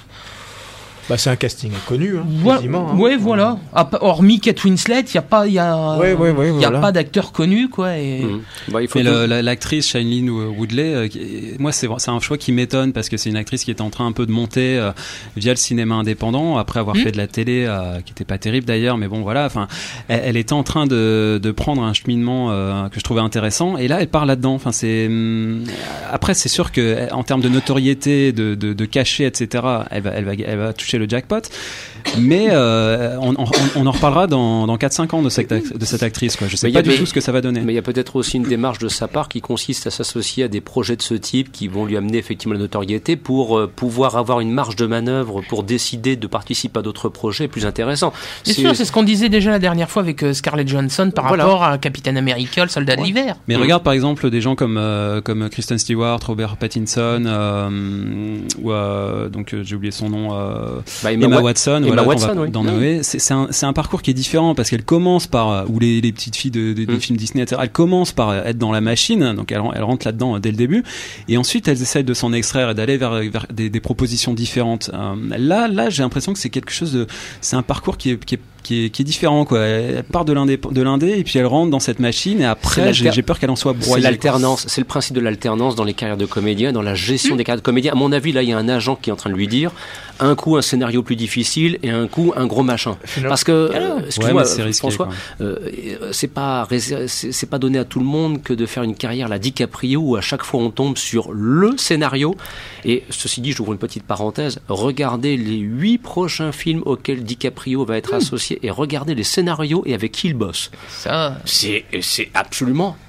c'est un casting connu, quasiment. Voilà. Hormis Kate Winslet, il y a pas d'acteur connu, quoi. Et l'actrice Shailene Woodley, moi c'est un choix qui m'étonne parce que c'est une actrice qui est en train un peu de monter via le cinéma indépendant après avoir fait de la télé, qui était pas terrible d'ailleurs, mais bon voilà. Elle était en train de prendre un cheminement que je trouvais intéressant, et là elle part là-dedans. Après c'est sûr que en termes de notoriété, de cachet, etc. Elle va toucher le jackpot, mais on en reparlera dans 4-5 ans de cette actrice, quoi. Je sais pas du tout ce que ça va donner. Mais il y a peut-être aussi une démarche de sa part qui consiste à s'associer à des projets de ce type qui vont lui amener effectivement la notoriété pour pouvoir avoir une marge de manœuvre pour décider de participer à d'autres projets plus intéressants. Bien sûr, c'est ce qu'on disait déjà la dernière fois avec Scarlett Johansson par rapport à Captain America, le soldat de l'hiver. Mais regarde par exemple des gens comme Kristen Stewart, Robert Pattinson, ou donc j'ai oublié son nom, Emma Watson, dans Noé. C'est un parcours qui est différent parce qu'elle commence par, ou les petites filles des films Disney, etc. Elle commence par être dans la machine, donc elle rentre là-dedans dès le début, et ensuite elles essayent de s'en extraire et d'aller vers des propositions différentes. Là, j'ai l'impression que c'est quelque chose c'est un parcours qui est différent, quoi. Elle part de l'indé et puis elle rentre dans cette machine, et après j'ai peur qu'elle en soit broyée. C'est l'alternance, c'est le principe de l'alternance dans les carrières de comédiens, dans la gestion des carrières de comédiens. À mon avis, là, il y a un agent qui est en train de lui dire un coup un scénario plus difficile et un coup un gros machin. Parce que, excuse-moi, François, c'est pas donné à tout le monde que de faire une carrière la DiCaprio où à chaque fois on tombe sur le scénario. Et ceci dit, j'ouvre une petite parenthèse, regardez les 8 prochains films auxquels DiCaprio va être associé et regardez les scénarios et avec qui il bosse. Ça, c'est absolument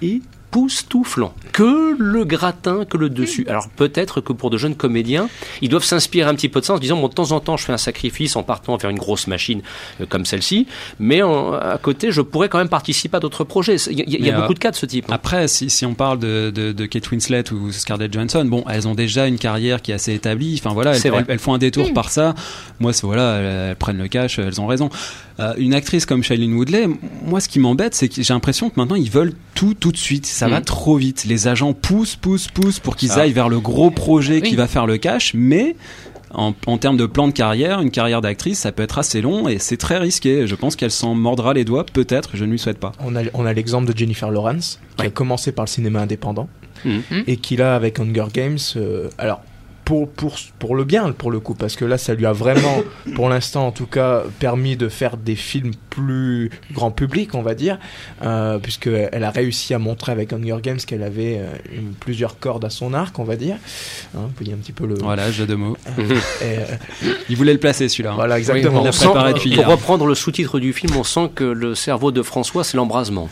époustouflant. Que le gratin, que le dessus. Alors peut-être que pour de jeunes comédiens, ils doivent s'inspirer un petit peu de ça en se disant, bon, de temps en temps, je fais un sacrifice en partant vers une grosse machine comme celle-ci, mais à côté, je pourrais quand même participer à d'autres projets. Il y a beaucoup de cas de ce type. Après, si on parle de Kate Winslet ou Scarlett Johansson, bon, elles ont déjà une carrière qui est assez établie. Enfin voilà, elles font un détour par ça. Moi, elles prennent le cash, elles ont raison. Une actrice comme Shailene Woodley, moi, ce qui m'embête, c'est que j'ai l'impression que maintenant, ils veulent tout de suite. Ça va trop vite. Les agents poussent pour qu'ils aillent vers le gros projet qui va faire le cash, mais en termes de plan de carrière, une carrière d'actrice, ça peut être assez long et c'est très risqué. Je pense qu'elle s'en mordra les doigts, peut-être, je ne lui souhaite pas. On a l'exemple de Jennifer Lawrence, qui a commencé par le cinéma indépendant, et qui là, avec Hunger Games, alors pour le bien, pour le coup, parce que là, ça lui a vraiment, pour l'instant en tout cas, permis de faire des films plus grand public, on va dire, puisqu'elle a réussi à montrer avec Hunger Games qu'elle avait plusieurs cordes à son arc, on va dire. Vous voyez un petit peu le... Voilà, jeu de mots. Il voulait le placer, celui-là. Voilà, exactement. Oui, pour reprendre le sous-titre du film, on sent que le cerveau de François, c'est l'embrasement.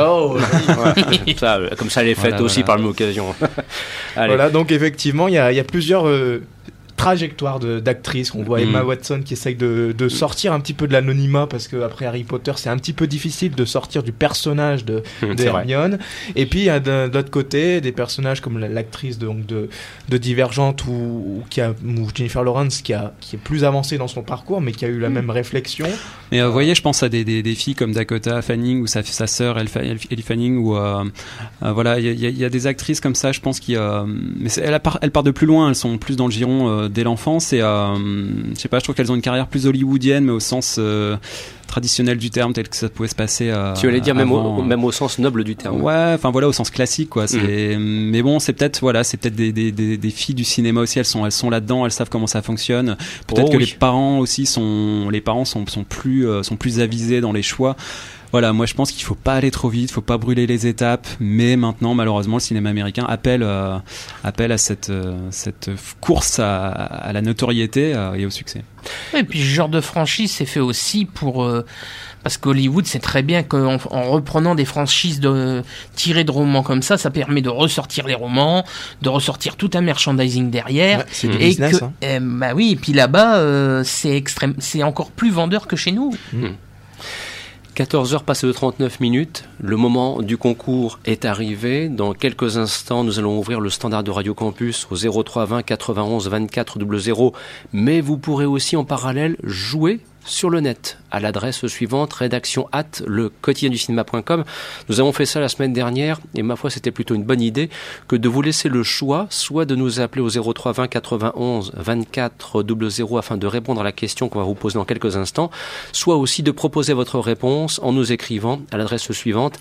Comme ça, elle est faite aussi par la même occasion. Voilà, donc effectivement, il y a plusieurs trajectoire d'actrice. On voit Emma Watson qui essaye de sortir un petit peu de l'anonymat, parce qu'après Harry Potter, c'est un petit peu difficile de sortir du personnage de Hermione. Et puis, il y a de l'autre côté des personnages comme l'actrice de Divergente ou Jennifer Lawrence qui est plus avancée dans son parcours, mais qui a eu la même réflexion. Mais vous voyez, je pense à des filles comme Dakota Fanning ou sa sœur Ellie Fanning, ou voilà, il y a des actrices comme ça, je pense mais elles partent de plus loin, elles sont plus dans le giron dès l'enfance, et je sais pas, je trouve qu'elles ont une carrière plus hollywoodienne, mais au sens traditionnel du terme, tel que ça pouvait se passer tu allais dire même au sens noble du terme. Ouais, enfin voilà, au sens classique, quoi. Mais bon, c'est peut-être des filles du cinéma aussi, elles sont là-dedans, elles savent comment ça fonctionne. Peut-être que les parents aussi sont plus avisés dans les choix. Voilà, moi je pense qu'il faut pas aller trop vite, faut pas brûler les étapes, mais maintenant malheureusement le cinéma américain appelle à cette course à la notoriété et au succès. Et puis ce genre de franchise c'est fait aussi parce qu'Hollywood sait très bien qu'en reprenant des franchises tirées de romans comme ça permet de ressortir les romans, de ressortir tout un merchandising derrière. Ouais, c'est du business. Bah oui, et puis là-bas c'est encore plus vendeur que chez nous. 14h passées de 39 minutes, le moment du concours est arrivé. Dans quelques instants, nous allons ouvrir le standard de Radio Campus au 03 20 91 24 00. Mais vous pourrez aussi en parallèle jouer sur le net à l'adresse suivante, rédaction@lequotidienducinema.com. Nous avons fait ça la semaine dernière et ma foi c'était plutôt une bonne idée que de vous laisser le choix, soit de nous appeler au 03 20 91 24 00 afin de répondre à la question qu'on va vous poser dans quelques instants, soit aussi de proposer votre réponse en nous écrivant à l'adresse suivante,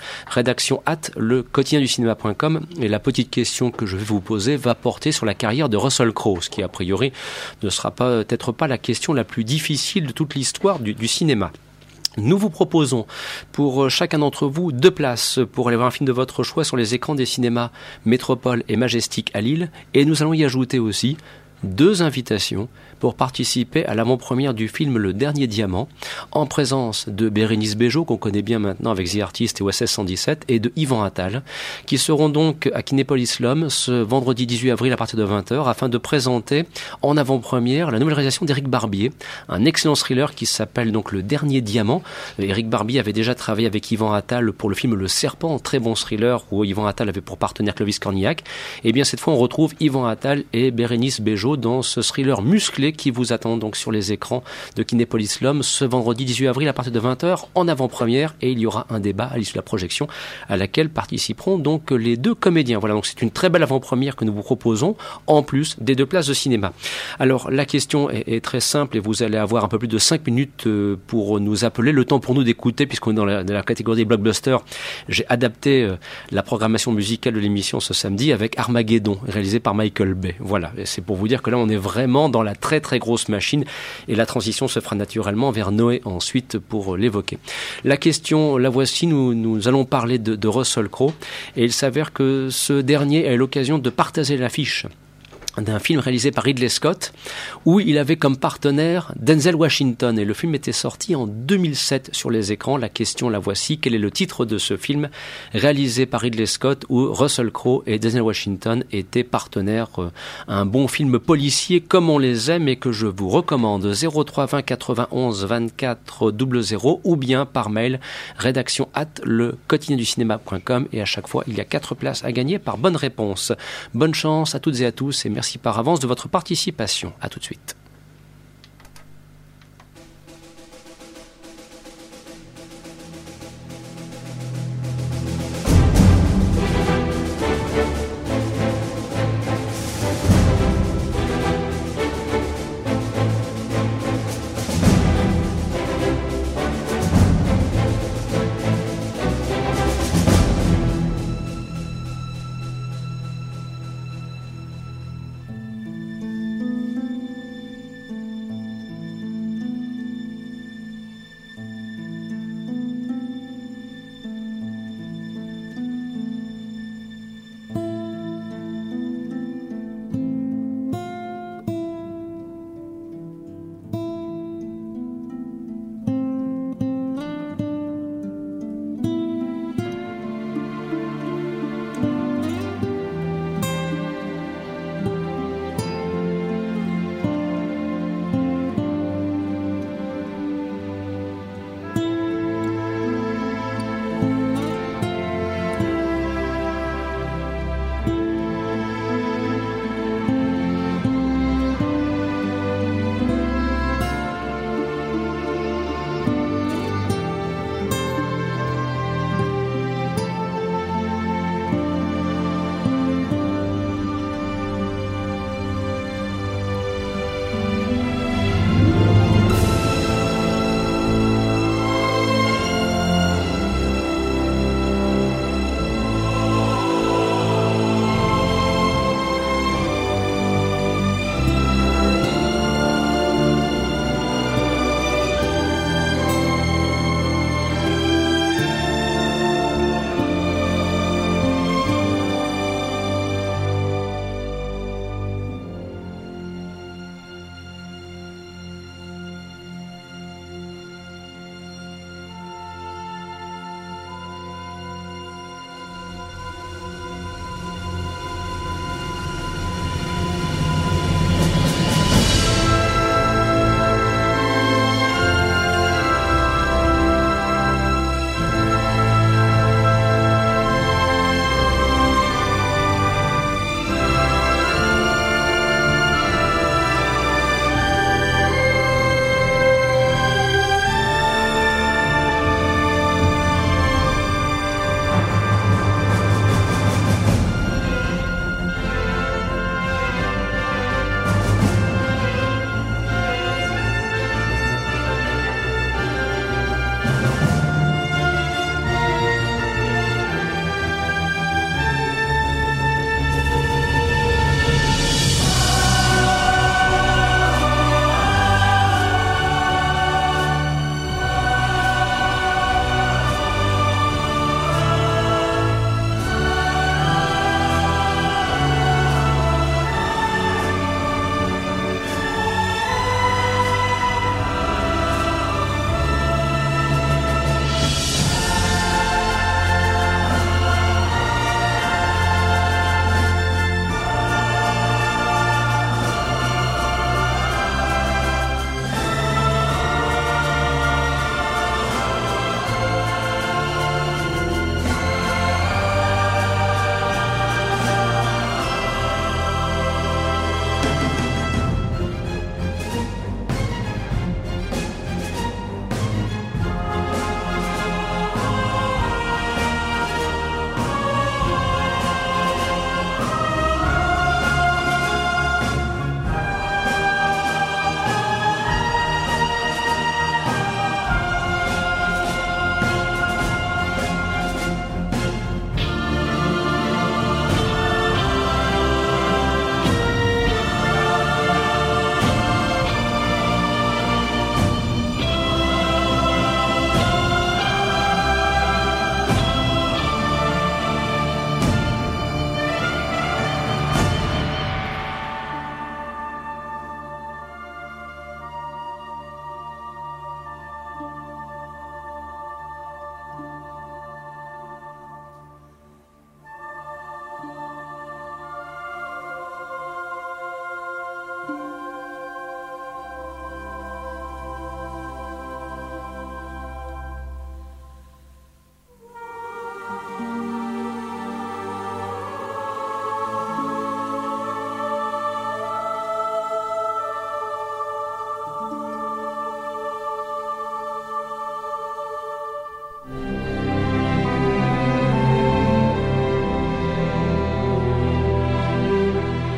rédaction@lequotidienducinema.com. Et la petite question que je vais vous poser va porter sur la carrière de Russell Crowe, ce qui a priori ne sera peut-être pas la question la plus difficile de toute l'histoire du cinéma. Nous vous proposons pour chacun d'entre vous 2 places pour aller voir un film de votre choix sur les écrans des cinémas Métropole et Majestic à Lille, et nous allons y ajouter aussi 2 invitations pour participer à l'avant-première du film Le Dernier Diamant, en présence de Bérénice Bejo, qu'on connaît bien maintenant avec The Artist et OSS 117, et de Yvan Attal, qui seront donc à Kinépolis Lom ce vendredi 18 avril à partir de 20h, afin de présenter en avant-première la nouvelle réalisation d'Éric Barbier, un excellent thriller qui s'appelle donc Le Dernier Diamant. Éric Barbier avait déjà travaillé avec Yvan Attal pour le film Le Serpent, un très bon thriller où Yvan Attal avait pour partenaire Clovis Cornillac. Et bien cette fois on retrouve Yvan Attal et Bérénice Bejo dans ce thriller musclé qui vous attend donc sur les écrans de Kinépolis Lom ce vendredi 18 avril à partir de 20h en avant-première, et il y aura un débat à l'issue de la projection à laquelle participeront donc les 2 comédiens. Voilà, donc c'est une très belle avant-première que nous vous proposons en plus des 2 places de cinéma. Alors la question est très simple et vous allez avoir un peu plus de 5 minutes pour nous appeler, le temps pour nous d'écouter, puisqu'on est dans la catégorie des blockbusters. J'ai adapté la programmation musicale de l'émission ce samedi avec Armageddon, réalisé par Michael Bay. Voilà, et c'est pour vous dire que là on est vraiment dans la très très grosse machine, et la transition se fera naturellement vers Noé ensuite pour l'évoquer. La question, la voici, nous allons parler de Russell Crowe, et il s'avère que ce dernier a eu l'occasion de partager l'affiche d'un film réalisé par Ridley Scott, où il avait comme partenaire Denzel Washington, et le film était sorti en 2007 sur les écrans. La question, la voici: quel est le titre de ce film réalisé par Ridley Scott, où Russell Crowe et Denzel Washington étaient partenaires? Un bon film policier comme on les aime et que je vous recommande. 03 20 91 24 00 ou bien par mail rédaction@lequotidienducinéma.com, et à chaque fois il y a 4 places à gagner par bonne réponse. Bonne chance à toutes et à tous, et merci par avance de votre participation. À tout de suite.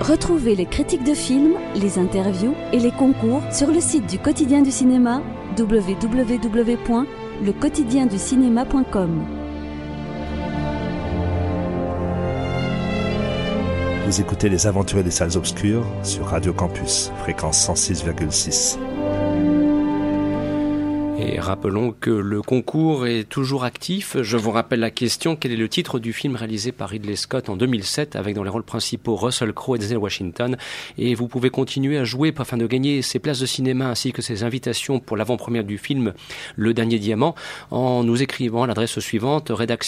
Retrouvez les critiques de films, les interviews et les concours sur le site du Quotidien du Cinéma, www.lequotidienducinéma.com. Vous écoutez Les Aventuriers des Salles Obscures sur Radio Campus, fréquence 106,6. Et rappelons que le concours est toujours actif. Je vous rappelle la question, quel est le titre du film réalisé par Ridley Scott en 2007 avec dans les rôles principaux Russell Crowe et Denzel Washington. Et vous pouvez continuer à jouer afin de gagner ces places de cinéma ainsi que ces invitations pour l'avant-première du film Le Dernier Diamant en nous écrivant à l'adresse suivante,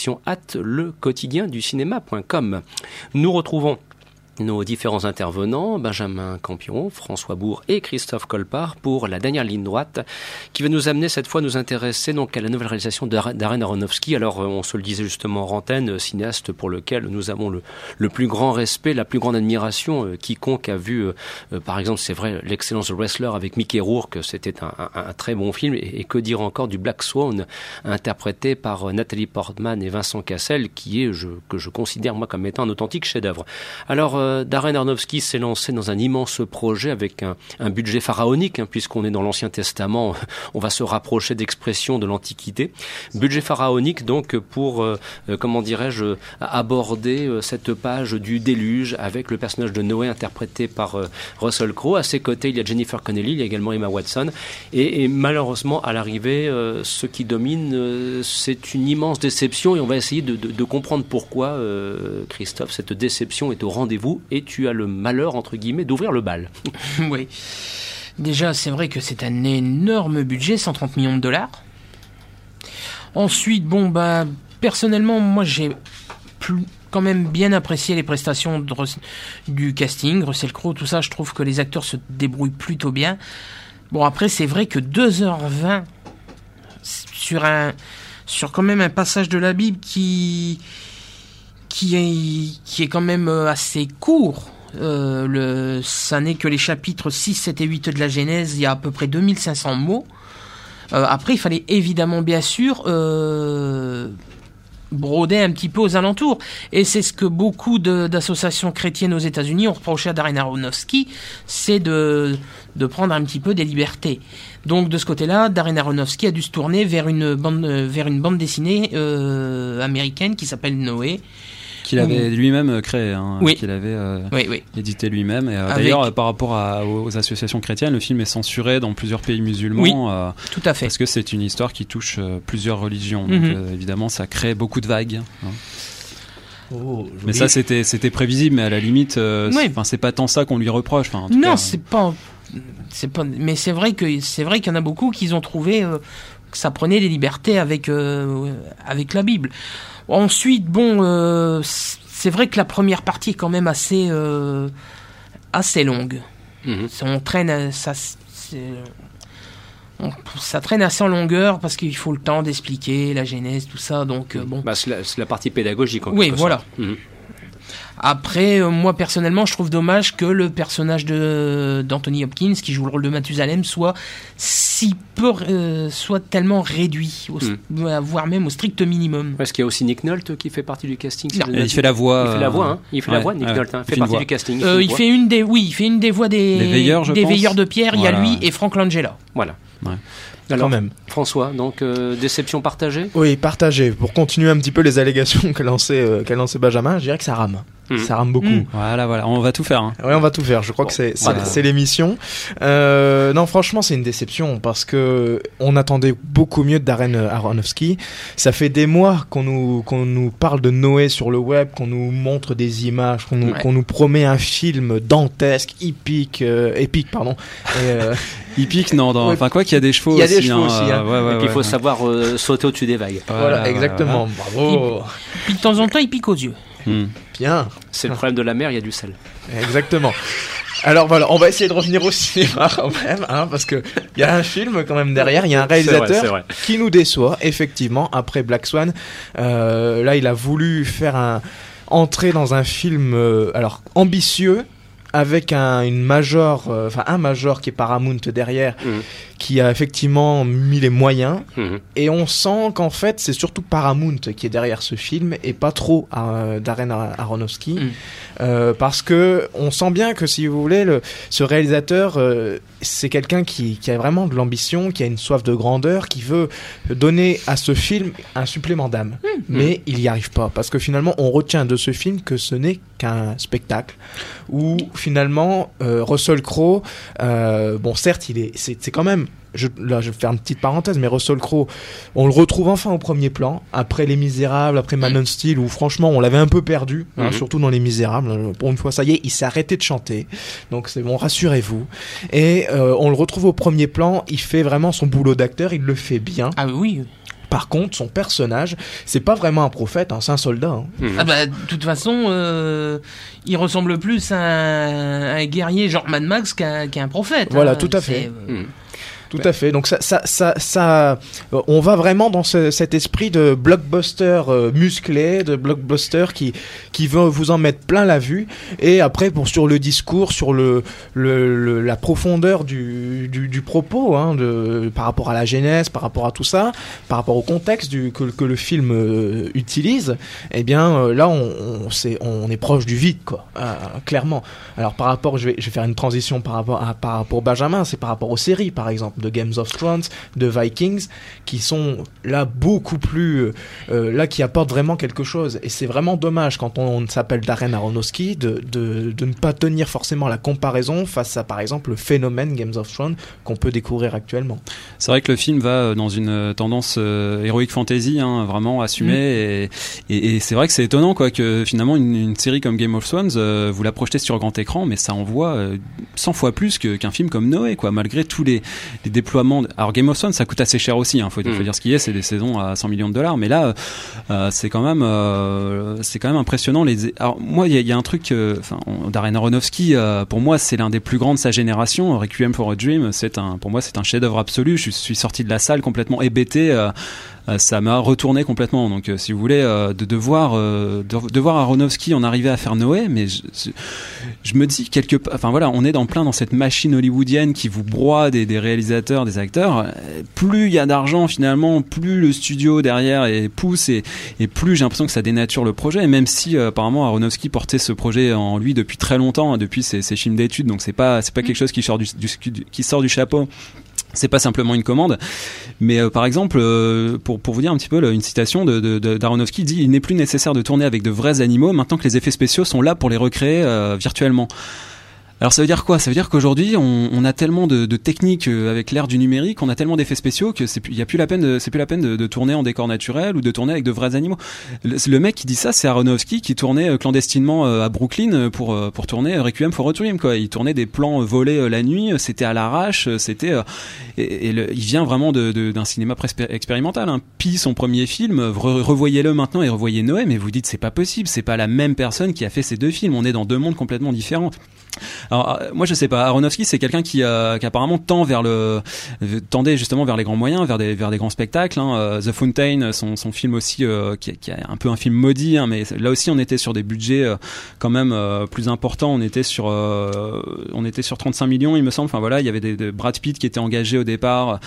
rédaction@lequotidienducinéma.com. Nous retrouvons nos différents intervenants, Benjamin Campion, François Bourg et Christophe Colpart, pour la dernière ligne droite, qui va nous amener cette fois à nous intéresser donc à la nouvelle réalisation d'Darren Aronofsky. Alors on se le disait justement en antenne, cinéaste pour lequel nous avons le plus grand respect, la plus grande admiration. Quiconque a vu, par exemple, c'est vrai, l'excellence de Wrestler avec Mickey Rourke, c'était un très bon film. Et que dire encore du Black Swan, interprété par Nathalie Portman et Vincent Cassel, que je considère moi comme étant un authentique chef-d'œuvre. Alors Darren Aronofsky s'est lancé dans un immense projet avec un budget pharaonique, puisqu'on est dans l'Ancien Testament, on va se rapprocher d'expressions de l'Antiquité. Budget pharaonique donc pour, aborder cette page du déluge avec le personnage de Noé interprété par Russell Crowe. À ses côtés, il y a Jennifer Connelly, il y a également Emma Watson. Et malheureusement, à l'arrivée, ce qui domine, c'est une immense déception et on va essayer de comprendre pourquoi, Christophe, cette déception est au rendez-vous. Et tu as le malheur, entre guillemets, d'ouvrir le bal. Oui. Déjà, c'est vrai que c'est un énorme budget, 130 millions de dollars. Ensuite, personnellement, moi, j'ai quand même bien apprécié les prestations du casting, Russell Crowe, tout ça. Je trouve que les acteurs se débrouillent plutôt bien. Bon, après, c'est vrai que 2h20 sur quand même un passage de la Bible qui est quand même assez court. Ça n'est que les chapitres 6, 7 et 8 de la Genèse, il y a à peu près 2500 mots. Après, il fallait évidemment, bien sûr, broder un petit peu aux alentours. Et c'est ce que beaucoup d'associations chrétiennes aux États-Unis ont reproché à Darren Aronofsky, c'est de prendre un petit peu des libertés. Donc de ce côté-là, Darren Aronofsky a dû se tourner vers une bande dessinée américaine qui s'appelle Noé. Qu'il avait lui-même créé, oui. Qu'il avait oui. édité lui-même. Et, d'ailleurs, par rapport aux associations chrétiennes, le film est censuré dans plusieurs pays musulmans. Oui, tout à fait. Parce que c'est une histoire qui touche plusieurs religions. Donc évidemment, ça crée beaucoup de vagues. Mais ça, c'était prévisible, mais à la limite, c'est pas tant ça qu'on lui reproche. Non, c'est pas. Mais c'est vrai qu'il y en a beaucoup qui ont trouvé que ça prenait des libertés avec la Bible. Ensuite, c'est vrai que la première partie est quand même assez longue. On traîne, ça traîne assez en longueur parce qu'il faut le temps d'expliquer la Genèse, tout ça. Donc c'est la partie pédagogique. Oui, voilà. Après, moi personnellement, je trouve dommage que le personnage d'Anthony Hopkins, qui joue le rôle de Mathusalem, soit tellement réduit, voire même au strict minimum. Parce qu'il y a aussi Nick Nolte qui fait partie du casting. Il fait la voix. Il fait la voix, Nick Nolte. Il fait partie du casting. Il fait une des voix des veilleurs de Pierre. Voilà. Il y a lui et Frank Langella. Voilà. Ouais. Alors, quand même. François, donc déception partagée ? Oui, partagée. Pour continuer un petit peu les allégations qu'a lancé Benjamin, je dirais que ça rame. Ça rame beaucoup. Voilà, on va tout faire. Oui, on va tout faire. Je crois que c'est l'émission. Non, franchement, c'est une déception parce que on attendait beaucoup mieux de Darren Aronofsky. Ça fait des mois qu'on nous parle de Noé sur le web, qu'on nous montre des images, qu'on nous promet un film dantesque, épique, pardon. Hippique, non, enfin quoi qu'il y a des chevaux aussi. Il y a des chevaux aussi. Et puis il faut savoir sauter au-dessus des vagues. Voilà, exactement. Bravo. Puis de temps en temps, il pique aux yeux. Bien. C'est le problème de la mer, il y a du sel. Exactement. Alors voilà, on va essayer de revenir au cinéma quand même, parce que il y a un film quand même derrière, il y a un réalisateur c'est vrai. Qui nous déçoit effectivement après Black Swan. Là, il a voulu entrer dans un film ambitieux. Avec un major qui est Paramount derrière, qui a effectivement mis les moyens, et on sent qu'en fait c'est surtout Paramount qui est derrière ce film et pas trop Darren Aronofsky, parce que on sent bien que, si vous voulez, ce réalisateur c'est quelqu'un qui a vraiment de l'ambition, qui a une soif de grandeur, qui veut donner à ce film un supplément d'âme, mais il n'y arrive pas, parce que finalement on retient de ce film que ce n'est qu'un spectacle où finalement Russell Crowe, bon certes c'est quand même, là je vais faire une petite parenthèse, mais Russell Crowe, on le retrouve enfin au premier plan après Les Misérables, après Man of Steel, où franchement on l'avait un peu perdu, surtout dans Les Misérables. Pour une fois, ça y est, il s'est arrêté de chanter, donc c'est bon, rassurez-vous. Et on le retrouve au premier plan, il fait vraiment son boulot d'acteur, il le fait bien. Ah oui. Par contre, son personnage, c'est pas vraiment un prophète, c'est un soldat. Ah bah, de toute façon, il ressemble plus à un guerrier genre Mad Max qu'à un prophète. Voilà, tout à fait. Tout à fait. Donc ça, on va vraiment dans cet esprit de blockbuster musclé, de blockbuster qui veut vous en mettre plein la vue. Et après, sur le discours, sur la profondeur du propos, par rapport à la genèse, par rapport à tout ça, par rapport au contexte que le film utilise, eh bien là, on est proche du vide, quoi, clairement. Alors par rapport, je vais faire une transition par rapport Benjamin, c'est par rapport aux séries, par exemple, de Game of Thrones, de Vikings, qui sont là beaucoup plus là, qui apportent vraiment quelque chose. Et c'est vraiment dommage, quand on s'appelle Darren Aronofsky, de ne pas tenir forcément la comparaison face à, par exemple, le phénomène Game of Thrones qu'on peut découvrir actuellement. C'est vrai que le film va dans une tendance heroic fantasy, vraiment assumée, et c'est vrai que c'est étonnant, quoi, que finalement une série comme Game of Thrones, vous la projetez sur grand écran, mais ça envoie 100 fois plus qu'un film comme Noé, quoi, malgré tous les déploiements. Alors Game of Thrones, ça coûte assez cher aussi, faut dire ce qu'il y a, c'est des saisons à 100 millions de dollars, mais là c'est quand même impressionnant. Alors moi, il y a un truc, Darren Aronofsky, pour moi c'est l'un des plus grands de sa génération. Requiem for a Dream, pour moi c'est un chef-d'œuvre absolu. Je suis sorti de la salle complètement hébété. Ça m'a retourné complètement. Donc, si vous voulez, de voir Aronofsky en arriver à faire Noé, mais je me dis quelque part, on est dans cette machine hollywoodienne qui vous broie des réalisateurs, des acteurs. Plus il y a d'argent, finalement, plus le studio derrière pousse et plus j'ai l'impression que ça dénature le projet. Et même si apparemment Aronofsky portait ce projet en lui depuis très longtemps, depuis ses films d'études, donc c'est pas quelque chose qui sort du chapeau. C'est pas simplement une commande, mais par exemple, pour vous dire un petit peu une citation d'Aronofsky, dit: il n'est plus nécessaire de tourner avec de vrais animaux maintenant que les effets spéciaux sont là pour les recréer virtuellement. Alors ça veut dire quoi ? Ça veut dire qu'aujourd'hui on a tellement de techniques avec l'ère du numérique, on a tellement d'effets spéciaux que c'est plus la peine de tourner en décor naturel ou de tourner avec de vrais animaux. Le mec qui dit ça, c'est Aronofsky, qui tournait clandestinement à Brooklyn pour tourner Requiem for a Dream, quoi. Il tournait des plans volés la nuit, c'était à l'arrache, il vient vraiment d'un cinéma presque expérimental. Pi, son premier film, revoyez-le maintenant et revoyez Noé, mais vous dites c'est pas possible, c'est pas la même personne qui a fait ces deux films, on est dans deux mondes complètement différents. Alors moi je sais pas, Aronofsky c'est quelqu'un qui apparemment tendait justement vers les grands moyens, vers des grands spectacles. The Fountain, son film aussi qui est un peu un film maudit, mais là aussi on était sur des budgets quand même plus importants. On était sur 35 millions il me semble. Enfin voilà, il y avait de Brad Pitt qui était engagé au départ.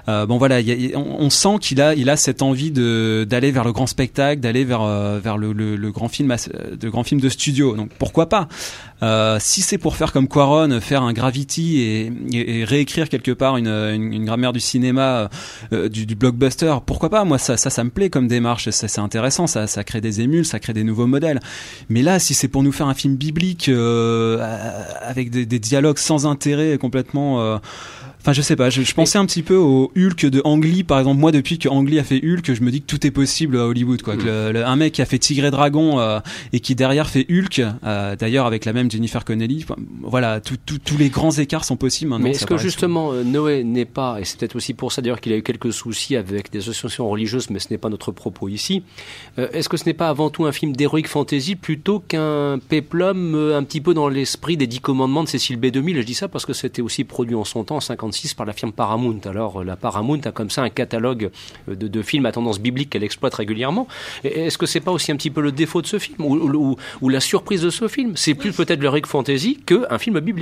On sent qu'il a cette envie d'aller vers le grand spectacle, d'aller vers le grand film de studio. Donc pourquoi pas? Si c'est pour faire comme Quaron, faire un Gravity et réécrire quelque part une grammaire du cinéma, du blockbuster, pourquoi pas? Moi ça me plaît comme démarche, c'est intéressant, ça crée des émules, ça crée des nouveaux modèles. Mais là, si c'est pour nous faire un film biblique avec des dialogues sans intérêt complètement Enfin, je sais pas, je pensais un petit peu au Hulk de Ang Lee, par exemple. Moi, depuis que Ang Lee a fait Hulk, je me dis que tout est possible à Hollywood, quoi. Que un mec qui a fait Tigre et Dragon et qui derrière fait Hulk, d'ailleurs avec la même Jennifer Connelly, voilà, tous les grands écarts sont possibles maintenant. Mais est-ce que justement Noé n'est pas, et c'est peut-être aussi pour ça d'ailleurs qu'il a eu quelques soucis avec des associations religieuses, mais ce n'est pas notre propos ici, est-ce que ce n'est pas avant tout un film d'heroic fantasy plutôt qu'un péplum un petit peu dans l'esprit des 10 commandements de Cécile B2000? Je dis ça parce que c'était aussi produit en son temps, en 56, par la firme Paramount. Alors la Paramount a comme ça un catalogue de films à tendance biblique qu'elle exploite régulièrement. Et est-ce que c'est pas aussi un petit peu le défaut de ce film ou la surprise de ce film? C'est plus peut-être l'heroic fantasy qu'un film biblique.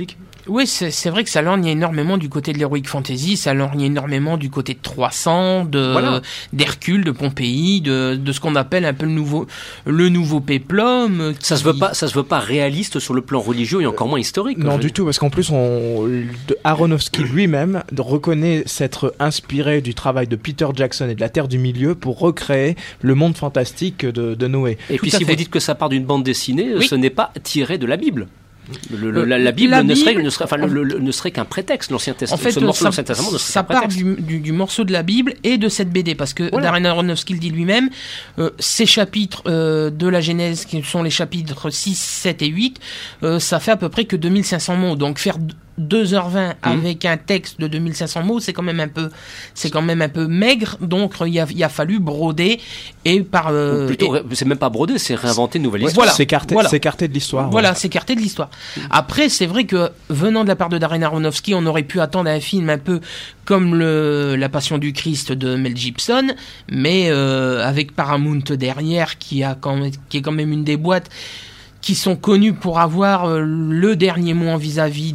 Oui, c'est vrai que ça lorgne énormément du côté de l'Heroic Fantasy, ça lorgne énormément du côté de 300, d'Hercule, de Pompéi, de ce qu'on appelle un peu le nouveau péplum. Ça se veut pas réaliste sur le plan religieux et encore moins historique. Non, du tout, parce qu'en plus, Aronofsky lui-même reconnaît s'être inspiré du travail de Peter Jackson et de la Terre du Milieu pour recréer le monde fantastique de Noé. Et puis si vous dites que ça part d'une bande dessinée, ce n'est pas tiré de la Bible. La Bible ne serait qu'un prétexte. L'Ancien Testament, en fait, ce morceau de l'Ancien Testament ne serait ça qu'un part du morceau de la Bible et de cette BD, parce que Darren Aronofsky le dit lui-même, ces chapitres de la Genèse, qui sont les chapitres 6, 7 et 8, ça fait à peu près que 2500 mots. Donc faire 2h20 avec un texte de 2500 mots, c'est quand même un peu maigre. Donc il a fallu broder et c'est même pas broder, c'est réinventer une nouvelle histoire. S'écarter de l'histoire. Voilà, s'écarter de l'histoire. Après, c'est vrai que venant de la part de Darren Aronofsky, on aurait pu attendre un film un peu comme La Passion du Christ de Mel Gibson, mais avec Paramount derrière, qui est quand même une des boîtes qui sont connus pour avoir le dernier mot vis-à-vis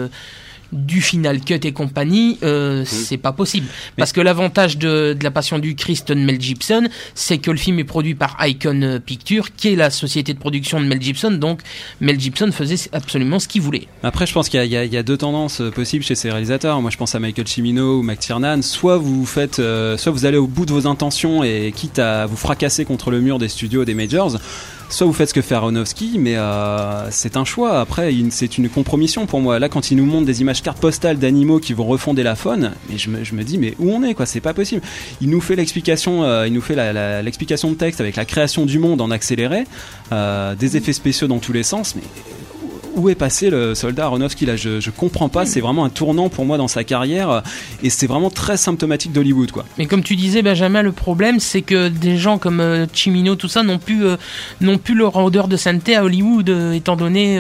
du Final Cut et compagnie, c'est pas possible. Parce que l'avantage de La Passion du Christ de Mel Gibson, c'est que le film est produit par Icon Pictures, qui est la société de production de Mel Gibson, donc Mel Gibson faisait absolument ce qu'il voulait. Après, je pense qu'il y a deux tendances possibles chez ces réalisateurs. Moi, je pense à Michael Cimino ou McTiernan. Soit vous allez au bout de vos intentions et quitte à vous fracasser contre le mur des studios, des majors, soit vous faites ce que fait Aronofsky, mais c'est un choix. Après, c'est une compromission pour moi. Là, quand il nous montre des images cartes postales d'animaux qui vont refonder la faune, mais je me dis, mais où on est, quoi? C'est pas possible. Il nous fait l'explication, l'explication de texte avec la création du monde en accéléré, des effets spéciaux dans tous les sens, mais où est passé le soldat Aronofsky là? Je comprends pas. C'est vraiment un tournant pour moi dans sa carrière et c'est vraiment très symptomatique d'Hollywood, quoi. Mais comme tu disais, Benjamin, le problème c'est que des gens comme Cimino, tout ça, n'ont plus leur odeur de sainteté à Hollywood, étant donné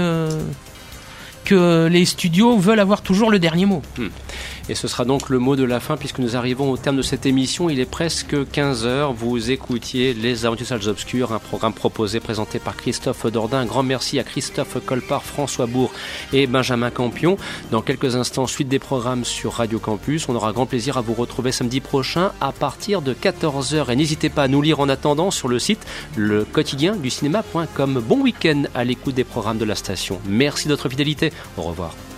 que les studios veulent avoir toujours le dernier mot. Et ce sera donc le mot de la fin puisque nous arrivons au terme de cette émission. Il est presque 15h. Vous écoutiez Les Aventures des Salles Obscures, un programme proposé, présenté par Christophe Dordain. Un grand merci à Christophe Colpart, François Bourg et Benjamin Campion. Dans quelques instants, suite des programmes sur Radio Campus. On aura grand plaisir à vous retrouver samedi prochain à partir de 14h. Et n'hésitez pas à nous lire en attendant sur le site lequotidienducinéma.com. Bon week-end à l'écoute des programmes de la station. Merci de votre fidélité. Au revoir.